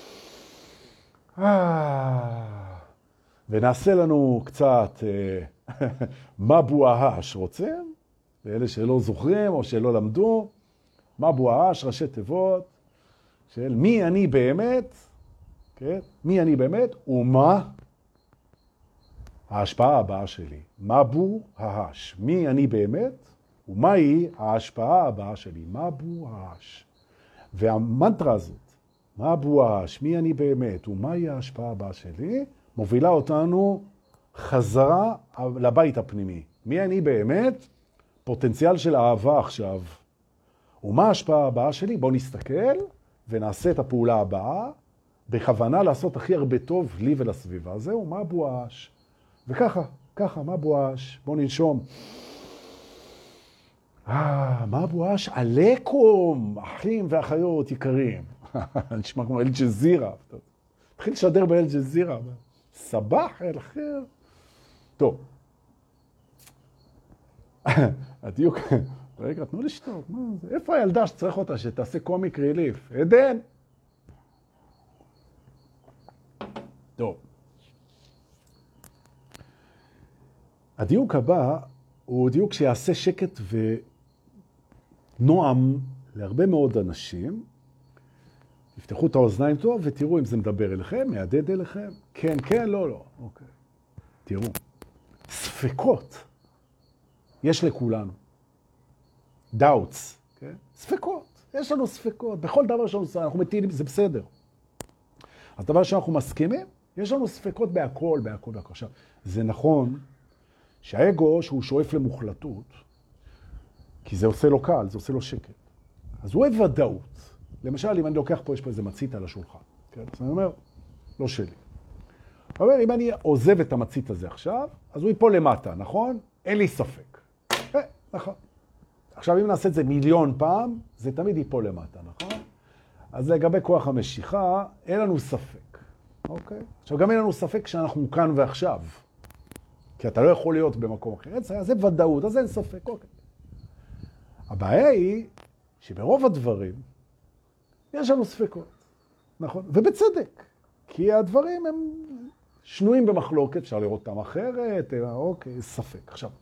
ונעשה לנו קצת מבו ההש, רוצים? לאלה שלא זוכרים או שלא למדו. מבו ההש, ראשי תיבות, של מי אני באמת, כן? מי אני באמת ומה ההשפעה הבאה שלי. מבו ההש, מי אני באמת ומהי ההשפעה הבאה שלי. מבו ההש. והמנטרה הזאת, מבו ההש, מי אני באמת ומהי ההשפעה הבאה שלי, מובילה אותנו חזרה לבית הפנימי. מי אני באמת? פוטנציאל של אהבה עכשיו. ומה ההשפעה הבאה שלי? בואו נסתכל ונעשה את הפעולה הבאה, בכוונה לעשות הכי הרבה טוב לי ולסביבה. זהו, מה בואש? וככה, ככה, מה בואש? בואו ננשום. אה, מה בואש? עליכום, אחים ואחיות יקרים. נשמע כמו אל-ג'זירה. תתחיל לשדר באל-ג'זירה. סבח אל אחר. טוב. הדיוק, רגע, תנו לשתות. איפה הילדה שצריך אותה שתעשה קומיק ריליף? עדן. טוב. הדיוק הבא הוא דיוק שיעשה שקט ונועם להרבה מאוד אנשים. תפתחו את האוזניים טוב ותראו אם זה מדבר אליכם, מעדד אליכם. כן, כן, לא, לא. אוקיי. תראו. ספקות יש לכולנו. doubts, כן? ספקות. יש לנו ספקות. בכל דבר שלנו, אנחנו מטילים, זה בסדר. אז דבר שאנחנו מסכימים, יש לנו ספקות בהכל, בהכל, בהכל. עכשיו, זה נכון שהאגו, שהוא שואף למוחלטות, כי זה עושה לו קל, זה עושה לו שקט. אז הוא אוהב ודאות. למשל, אם אני לוקח פה, יש פה איזה מצית על השולחן. כן? אז אני אומר, לא שלי. אבל אם אני עוזב את המצית הזה עכשיו, אז הוא ייפול למטה, נכון? אין לי ספק. אה, נכון. עכשיו, אם נעשה את זה מיליון פעם, זה תמיד ייפול למטה, נכון? אז לגבי כוח המשיכה, אין לנו ספק. אוקיי? עכשיו, גם אין לנו ספק שאנחנו כאן ועכשיו. כי אתה לא יכול להיות במקום אחר. אז זה ודאות, אז אין ספק, אוקיי. הבעיה היא שברוב הדברים יש לנו ספקות, נכון? ובצדק, כי הדברים הם שנויים במחלוקת, אפשר לראות אותם אחרת, אוקיי, ספק. עכשיו,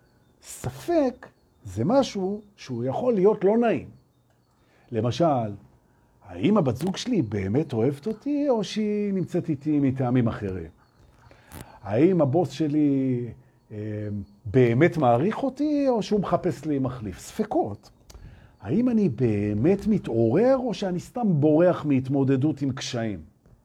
ספק זה משהו שהוא יכול להיות לא נעים. למשל, האם הבת זוג שלי באמת אוהבת אותי, או שהיא נמצאת איתי מטעמים אחרים? האם הבוס שלי אה, באמת מעריך אותי, או שהוא מחפש לי מחליף? ספקות. האם אני באמת מתעורר, או שאני סתם בורח מהתמודדות עם קשיים?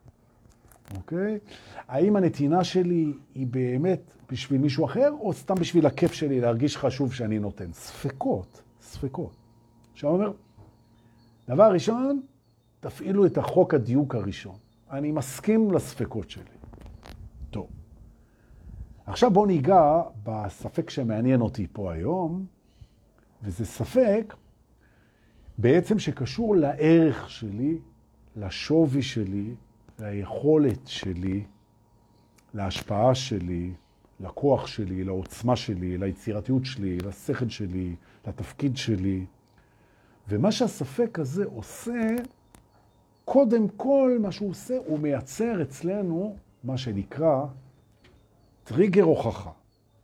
אוקיי? האם הנתינה שלי היא באמת בשביל מישהו אחר, או סתם בשביל הכיף שלי להרגיש חשוב שאני נותן? ספקות, ספקות. עכשיו אומר, דבר ראשון, תפעילו את החוק הדיוק הראשון. אני מסכים לספקות שלי. טוב. עכשיו בואו ניגע בספק שמעניין אותי פה היום, וזה ספק בעצם שקשור לערך שלי, לשווי שלי, ליכולת שלי, להשפעה שלי, לכוח שלי, לעוצמה שלי, ליצירתיות שלי, לשכל שלי, לתפקיד שלי. ומה שהספק הזה עושה, קודם כל מה שהוא עושה, הוא מייצר אצלנו מה שנקרא טריגר הוכחה.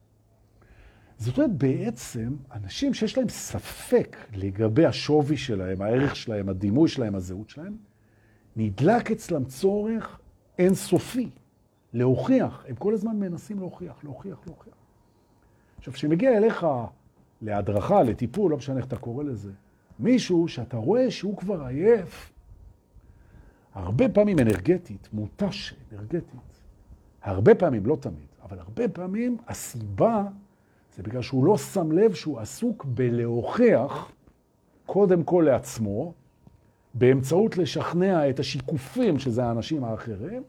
זאת אומרת, בעצם, אנשים שיש להם ספק לגבי השווי שלהם, הערך שלהם, הדימוי שלהם, הזהות שלהם, נדלק אצלם צורך אינסופי, להוכיח. הם כל הזמן מנסים להוכיח, להוכיח, להוכיח. עכשיו, כשמגיע אליך להדרכה, לטיפול, לא משנה איך אתה קורא לזה, מישהו שאתה רואה שהוא כבר עייף, הרבה פעמים אנרגטית, מוטש אנרגטית, הרבה פעמים, לא תמיד, אבל הרבה פעמים הסיבה זה בגלל שהוא לא שם לב שהוא עסוק בלהוכיח קודם כל לעצמו, באמצעות לשכנע את השיקופים, שזה האנשים האחרים,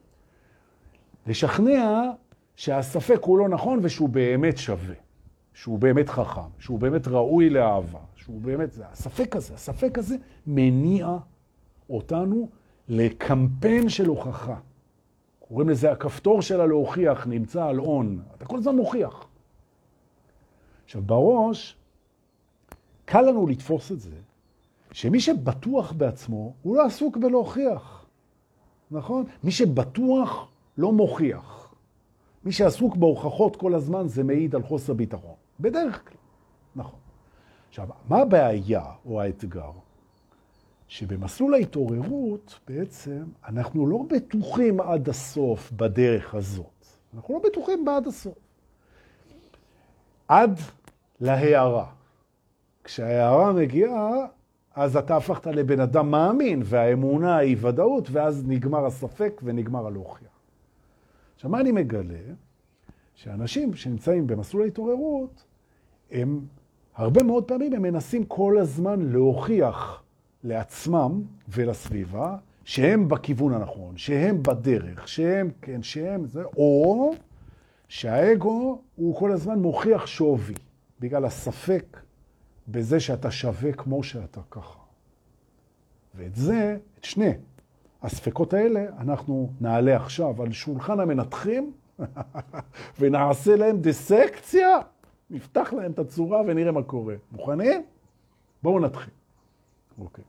לשכנע שהספק הוא לא נכון ושהוא באמת שווה, שהוא באמת חכם, שהוא באמת ראוי לאהבה, שהוא באמת, זה, הספק הזה, הספק הזה מניע אותנו לקמפיין של הוכחה. קוראים לזה הכפתור שלה להוכיח, נמצא על און. אתה כל הזמן מוכיח. עכשיו, בראש, קל לנו לתפוס את זה, שמי שבטוח בעצמו, הוא לא עסוק בלהוכיח. נכון? מי שבטוח לא מוכיח. מי שעסוק בהוכחות כל הזמן, זה מעיד על חוסר ביטחון. בדרך כלל. נכון. עכשיו, מה הבעיה או האתגר? שבמסלול ההתעוררות, בעצם, אנחנו לא בטוחים עד הסוף בדרך הזאת. אנחנו לא בטוחים בעד הסוף. עד להערה. כשההערה מגיעה, אז אתה הפכת לבן אדם מאמין, והאמונה היא ודאות, ואז נגמר הספק ונגמר הלהוכיח. עכשיו, מה אני מגלה? שאנשים שנמצאים במסלול ההתעוררות, הם הרבה מאוד פעמים הם מנסים כל הזמן להוכיח לעצמם ולסביבה, שהם בכיוון הנכון, שהם בדרך, שהם, כן, שהם זה, או שהאגו הוא כל הזמן מוכיח שווי, בגלל הספק בזה שאתה שווה כמו שאתה ככה. ואת זה, את שני הספקות האלה, אנחנו נעלה עכשיו על שולחן המנתחים, ונעשה להם דיסקציה, נפתח להם את הצורה ונראה מה קורה. מוכנים? בואו נתחיל. אוקיי.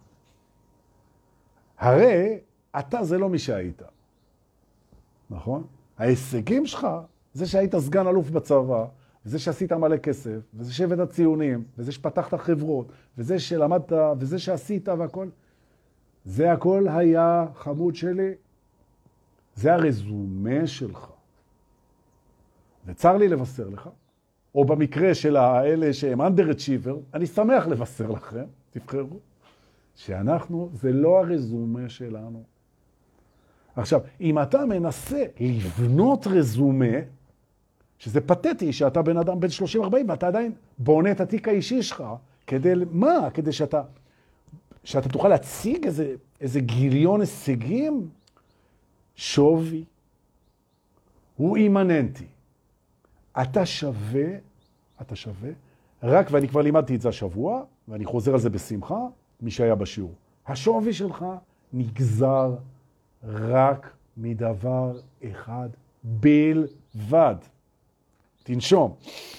הרי אתה זה לא מי שהיית. נכון? ההישגים שלך, זה שהיית סגן אלוף בצבא, וזה שעשית מלא כסף, וזה שהבאת ציונים, וזה שפתחת חברות, וזה שלמדת, וזה שעשית והכל, זה הכל היה חמוד שלי. זה הרזומה שלך. וצר לי לבשר לך, או במקרה של האלה שהם underachiever, אני שמח לבשר לכם, תבחרו, שאנחנו, זה לא הרזומה שלנו. עכשיו, אם אתה מנסה לבנות רזומה, שזה פתטי שאתה בן אדם בן שלושים ארבעים, ואתה עדיין בונה את התיק האישי שלך, כדי, מה? כדי שאתה, שאתה תוכל להציג איזה, איזה גיליון הישגים, שווי, הוא אימננטי. אתה שווה, אתה שווה, רק, ואני כבר לימדתי את זה השבוע, ואני חוזר על זה בשמחה, מי שהיה בשיעור. השווי שלך נגזר רק מדבר אחד בלבד. תנשום.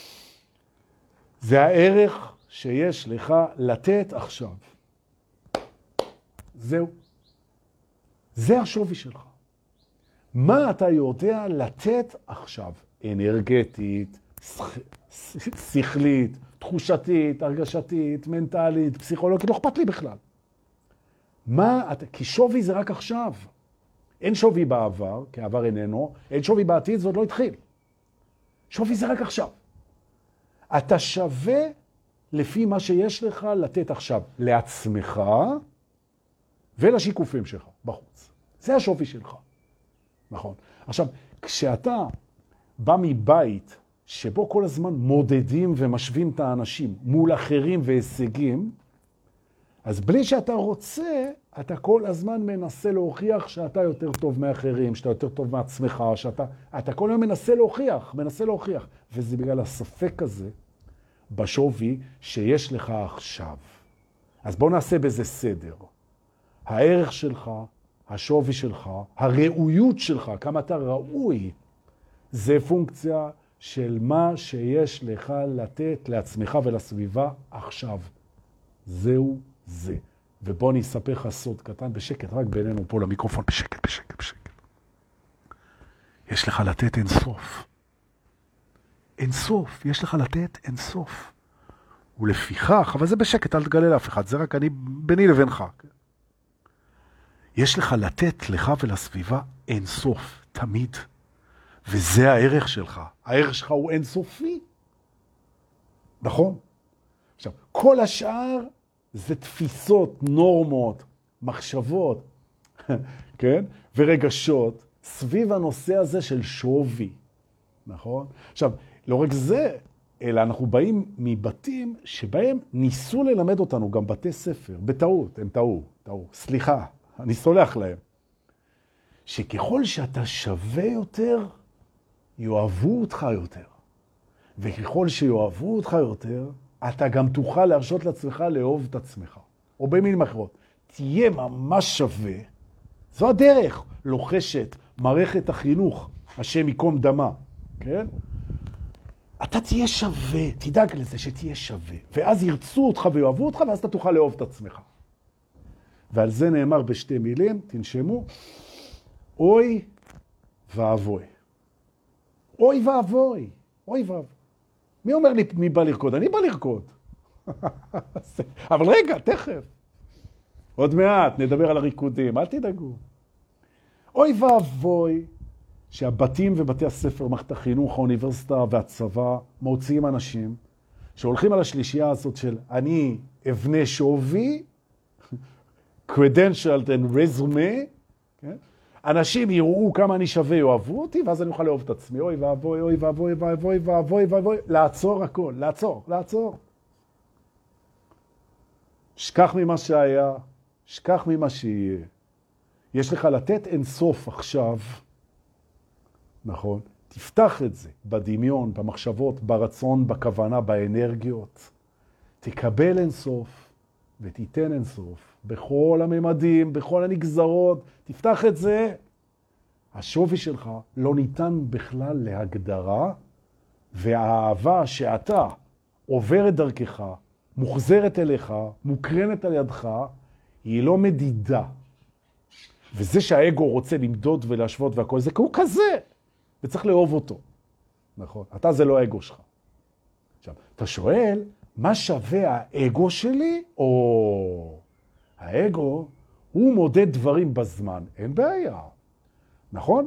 זה הערך שיש לך לתת עכשיו. זהו. זה השווי שלך. מה אתה יודע לתת עכשיו? אנרגטית, שכלית, תחושתית, הרגשתית, מנטלית, פסיכולוגית, לא אכפת לי בכלל. מה אתה, כי שווי זה רק עכשיו. אין שווי בעבר, כי העבר איננו, אין שווי בעתיד, זה עוד לא התחיל. שווי זה רק עכשיו. אתה שווה לפי מה שיש לך לתת עכשיו, לעצמך ולשיקופים שלך בחוץ. זה השווי שלך. נכון. עכשיו, כשאתה בא מבית שבו כל הזמן מודדים ומשווים את האנשים מול אחרים והישגים, אז בלי שאתה רוצה, אתה כל הזמן מנסה להוכיח שאתה יותר טוב מאחרים, שאתה יותר טוב מעצמך, שאתה אתה כל היום מנסה להוכיח, מנסה להוכיח. וזה בגלל הספק הזה בשווי שיש לך עכשיו. אז בוא נעשה בזה סדר. הערך שלך, השווי שלך, הראויות שלך, כמה אתה ראוי, זה פונקציה של מה שיש לך לתת לעצמך ולסביבה עכשיו. זהו זה. ובוא אני אספר לך סוד קטן בשקט, רק בינינו פה למיקרופון, בשקט, בשקט, בשקט. יש לך לתת אין סוף. אין סוף, יש לך לתת אין סוף. ולפיכך, אבל זה בשקט, אל תגלה לאף אחד, זה רק אני ביני לבינך. יש לך לתת לך ולסביבה אין סוף, תמיד. וזה הערך שלך. הערך שלך הוא אין סופי. נכון? עכשיו, כל השאר זה תפיסות, נורמות, מחשבות, כן? ורגשות סביב הנושא הזה של שווי. נכון? עכשיו, לא רק זה, אלא אנחנו באים מבתים שבהם ניסו ללמד אותנו גם בתי ספר, בטעות, הם טעו, טעו, סליחה, אני סולח להם. שככל שאתה שווה יותר, יאהבו אותך יותר. וככל שיאהבו אותך יותר, אתה גם תוכל להרשות לעצמך לאהוב את עצמך. או במילים אחרות, תהיה ממש שווה. זו הדרך, לוחשת, מערכת החינוך, השם יקום דמה. כן? אתה תהיה שווה, תדאג לזה שתהיה שווה. ואז ירצו אותך ויאהבו אותך, ואז אתה תוכל לאהוב את עצמך. ועל זה נאמר בשתי מילים, תנשמו, אוי ואבוי. אוי ואבוי, אוי ואבוי. מי אומר לי מי בא לרקוד? אני בא לרקוד. אבל רגע, תכף. עוד מעט נדבר על הריקודים, אל תדאגו. אוי ואבוי שהבתים ובתי הספר, מערכת החינוך, האוניברסיטה והצבא מוציאים אנשים שהולכים על השלישייה הזאת של אני אבנה שווי, credentialed and resume, כן? אנשים יראו כמה אני שווה, יאהבו אותי, ואז אני אוכל לאהוב את עצמי. אוי ואבוי, אוי ואבוי, ואבוי, ואבוי, ואבוי, לעצור הכל, לעצור, לעצור. שכח ממה שהיה, שכח ממה שיהיה. יש לך לתת אין סוף עכשיו, נכון? תפתח את זה בדמיון, במחשבות, ברצון, בכוונה, באנרגיות. תקבל אין סוף ותיתן אין סוף. בכל הממדים, בכל הנגזרות, תפתח את זה. השווי שלך לא ניתן בכלל להגדרה, והאהבה שאתה עוברת דרכך, מוחזרת אליך, מוקרנת על ידך, היא לא מדידה. וזה שהאגו רוצה למדוד ולהשוות והכל זה, כי הוא כזה, וצריך לאהוב אותו. נכון? אתה זה לא האגו שלך. עכשיו, אתה שואל, מה שווה האגו שלי? או... האגו הוא מודד דברים בזמן, אין בעיה. נכון?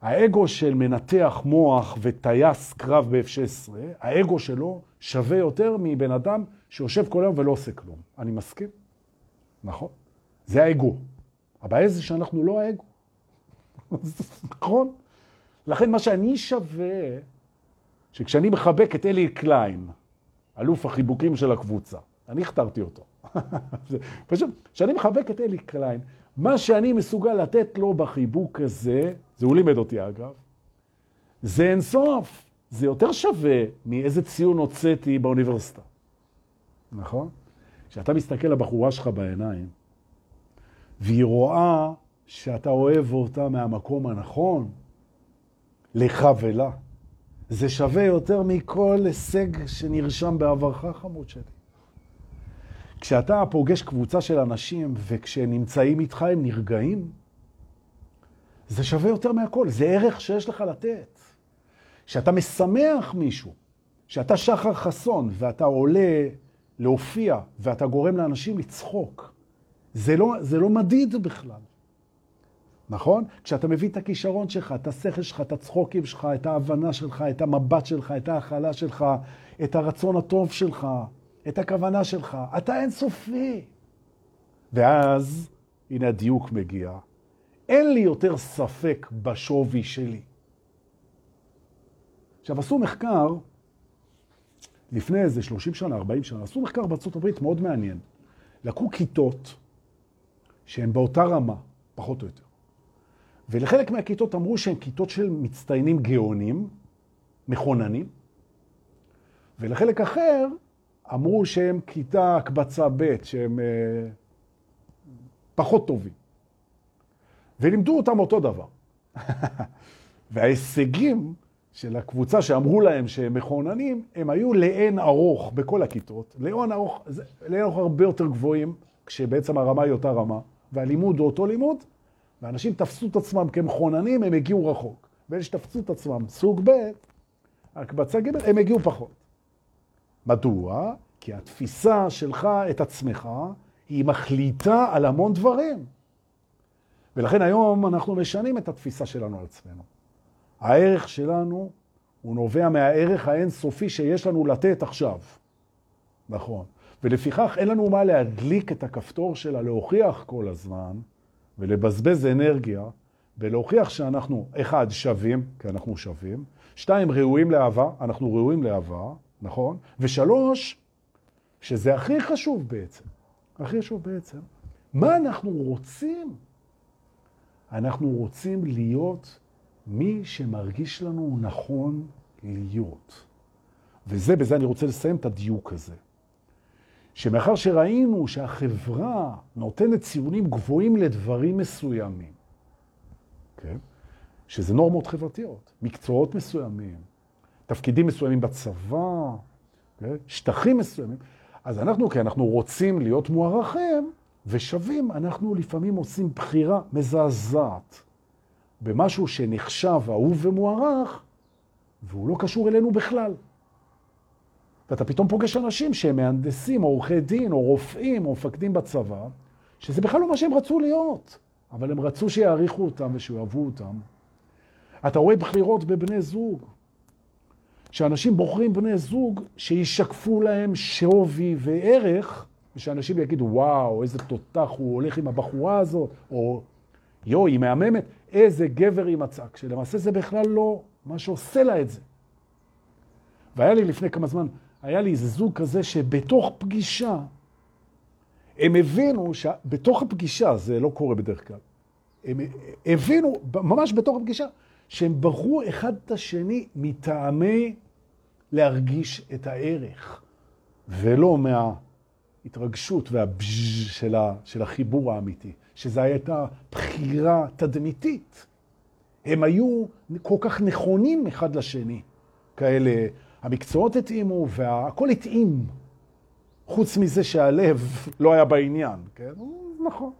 האגו של מנתח מוח וטייס קרב ב-אף שש עשרה, האגו שלו שווה יותר מבן אדם שיושב כל היום ולא עושה כלום. אני מסכים? נכון. זה האגו. הבעיה זה שאנחנו לא האגו. נכון? לכן מה שאני שווה, שכשאני מחבק את אלי קליין, אלוף החיבוקים של הקבוצה, אני הכתרתי אותו. פשוט, כשאני מחבק את אלי קליין, מה שאני מסוגל לתת לו בחיבוק הזה, זה הוא לימד אותי אגב, זה אינסוף. זה יותר שווה מאיזה ציון הוצאתי באוניברסיטה. נכון? כשאתה מסתכל לבחורה שלך בעיניים, והיא רואה שאתה אוהב אותה מהמקום הנכון, לך ולה, זה שווה יותר מכל הישג שנרשם בעברך, חמוד שלי. כשאתה פוגש קבוצה של אנשים, וכשנמצאים איתך הם נרגעים, זה שווה יותר מהכל. זה ערך שיש לך לתת. כשאתה משמח מישהו, שאתה שחר חסון, ואתה עולה להופיע, ואתה גורם לאנשים לצחוק, זה לא, זה לא מדיד בכלל. נכון? כשאתה מביא את הכישרון שלך, את השכל שלך, את הצחוקים שלך, את ההבנה שלך, את המבט שלך, את ההכלה שלך, את הרצון הטוב שלך, את הכוונה שלך, אתה אינסופי. ואז, הנה הדיוק מגיע, אין לי יותר ספק בשווי שלי. עכשיו, עשו מחקר, לפני איזה שלושים שנה, ארבעים שנה, עשו מחקר בארצות הברית מאוד מעניין. לקחו כיתות שהן באותה רמה, פחות או יותר. ולחלק מהכיתות אמרו שהן כיתות של מצטיינים גאונים, מכוננים, ולחלק אחר אמרו שהן כיתה הקבצה ב' שהן אה, פחות טובים. ולימדו אותם אותו דבר. וההישגים של הקבוצה שאמרו להם שהם מכוננים, הם היו לאין ארוך בכל הכיתות, לאין ארוך, לאין ארוך הרבה יותר גבוהים, כשבעצם הרמה היא אותה רמה, והלימוד הוא אותו לימוד, ואנשים תפסו את עצמם כמכוננים, הם הגיעו רחוק. ואלה שתפסו את עצמם סוג ב', הקבצה ג', הם הגיעו פחות. מדוע? כי התפיסה שלך את עצמך, היא מחליטה על המון דברים. ולכן היום אנחנו משנים את התפיסה שלנו על עצמנו. הערך שלנו הוא נובע מהערך האינסופי שיש לנו לתת עכשיו. נכון. ולפיכך אין לנו מה להדליק את הכפתור שלה, להוכיח כל הזמן, ולבזבז אנרגיה, ולהוכיח שאנחנו, אחד, שווים, כי אנחנו שווים, שתיים, ראויים לאהבה, אנחנו ראויים לאהבה, נכון? ושלוש, שזה הכי חשוב בעצם, הכי חשוב בעצם, מה אנחנו רוצים? אנחנו רוצים להיות מי שמרגיש לנו נכון להיות. וזה, בזה אני רוצה לסיים את הדיוק הזה. שמאחר שראינו שהחברה נותנת ציונים גבוהים לדברים מסוימים, כן? שזה נורמות חברתיות, מקצועות מסוימים, תפקידים מסוימים בצבא, כן? שטחים מסוימים, אז אנחנו, כי אנחנו רוצים להיות מוערכים ושווים, אנחנו לפעמים עושים בחירה מזעזעת במשהו שנחשב אהוב ומוערך, והוא לא קשור אלינו בכלל. ואתה פתאום פוגש אנשים שהם מהנדסים, או עורכי דין, או רופאים, או מפקדים בצבא, שזה בכלל לא מה שהם רצו להיות, אבל הם רצו שיעריכו אותם ושאוהבו אותם. אתה רואה בחירות בבני זוג, שאנשים בוחרים בני זוג שישקפו להם שווי וערך, ושאנשים יגידו, וואו, איזה תותח הוא הולך עם הבחורה הזאת, או יו, היא מהממת, איזה גבר היא מצאה, כשלמעשה זה בכלל לא מה שעושה לה את זה. והיה לי לפני כמה זמן, היה לי איזה זוג כזה שבתוך פגישה, הם הבינו שבתוך הפגישה, זה לא קורה בדרך כלל, הם הבינו ממש בתוך הפגישה, שהם בחרו אחד את השני מטעמי להרגיש את הערך, ולא מההתרגשות והבז' של, של החיבור האמיתי, שזו הייתה בחירה תדמיתית. הם היו כל כך נכונים אחד לשני, כאלה, המקצועות התאימו והכל התאים, חוץ מזה שהלב לא היה בעניין, כן? נכון.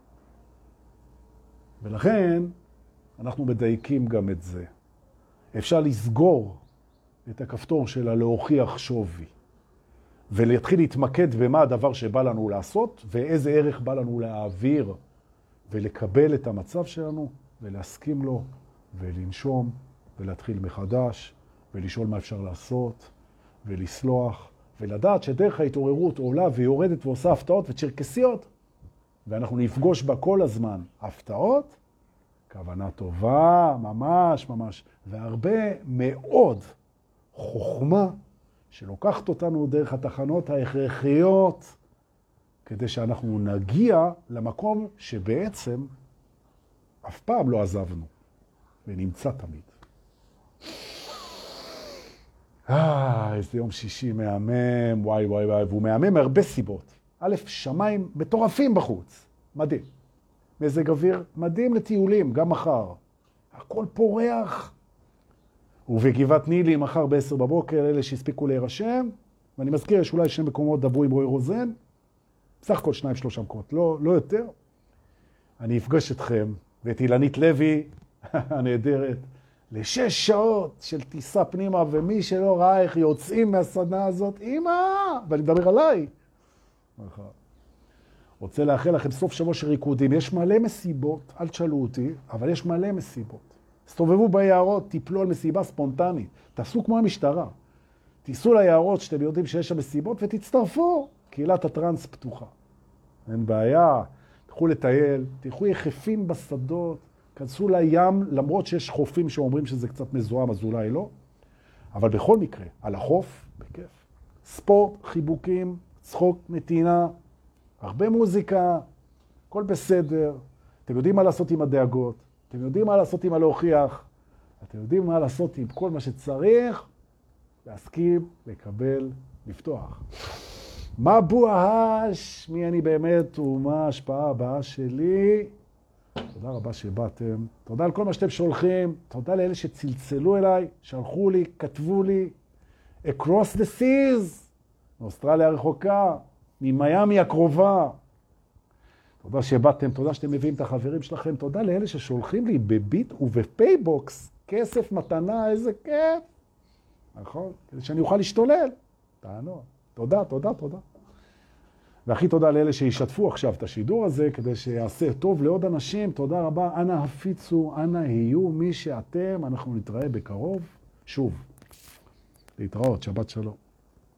ולכן אנחנו מדייקים גם את זה. אפשר לסגור את הכפתור שלה להוכיח שווי, ולהתחיל להתמקד במה הדבר שבא לנו לעשות, ואיזה ערך בא לנו להעביר, ולקבל את המצב שלנו, ולהסכים לו, ולנשום, ולהתחיל מחדש, ולשאול מה אפשר לעשות, ולסלוח, ולדעת שדרך ההתעוררות עולה ויורדת ועושה הפתעות וצ'רקסיות, ואנחנו נפגוש בה כל הזמן הפתעות, כוונה טובה, ממש ממש, והרבה מאוד חוכמה שלוקחת אותנו דרך התחנות ההכרחיות, כדי שאנחנו נגיע למקום שבעצם אף פעם לא עזבנו, ונמצא תמיד. אה, איזה יום שישי מהמם, וואי וואי וואי, והוא מהמם מהרבה סיבות. א', שמיים מטורפים בחוץ, מדהים. מזג אוויר מדהים לטיולים, גם מחר. הכל פורח. ובגבעת נילי מחר ב-עשר בבוקר, אלה שהספיקו להירשם, ואני מזכיר, יש אולי שני מקומות, דברו עם רועי רוזן, בסך הכל שניים שלושה מקומות, לא, לא יותר. אני אפגש אתכם, ואת אילנית לוי, הנהדרת, לשש שעות של טיסה פנימה, ומי שלא ראה איך יוצאים מהסדנה הזאת, אמא, ואני מדבר עליי. רוצה לאחל לכם סוף שבוע של ריקודים. יש מלא מסיבות, אל תשאלו אותי, אבל יש מלא מסיבות. סתובבו ביערות, תיפלו על מסיבה ספונטנית. תעשו כמו המשטרה. תיסעו ליערות שאתם יודעים שיש שם מסיבות ותצטרפו. קהילת הטרנס פתוחה. אין בעיה. תלכו לטייל, תלכו יחפים בשדות, כנסו לים, למרות שיש חופים שאומרים שזה קצת מזוהם, אז אולי לא. אבל בכל מקרה, על החוף, בכיף. ספורט, חיבוקים, צחוק, נתינה, הרבה מוזיקה, הכל בסדר. אתם יודעים מה לעשות עם הדאגות, אתם יודעים מה לעשות עם הלהוכיח, אתם יודעים מה לעשות עם כל מה שצריך, להסכים, לקבל, לפתוח. מה בואש, מי אני באמת ומה ההשפעה הבאה שלי. תודה רבה שבאתם, תודה על כל מה שאתם שולחים, תודה לאלה שצלצלו אליי, שלחו לי, כתבו לי, across the seas, מאוסטרליה הרחוקה, ממיימי הקרובה. תודה שבאתם, תודה שאתם מביאים את החברים שלכם, תודה לאלה ששולחים לי בביט ובפייבוקס, כסף מתנה, איזה כיף. נכון? כדי שאני אוכל להשתולל. תענו. תודה, תודה, תודה. והכי תודה לאלה שישתפו עכשיו את השידור הזה, כדי שיעשה טוב לעוד אנשים. תודה רבה, אנא הפיצו, אנא היו מי שאתם, אנחנו נתראה בקרוב. שוב, להתראות, שבת שלום.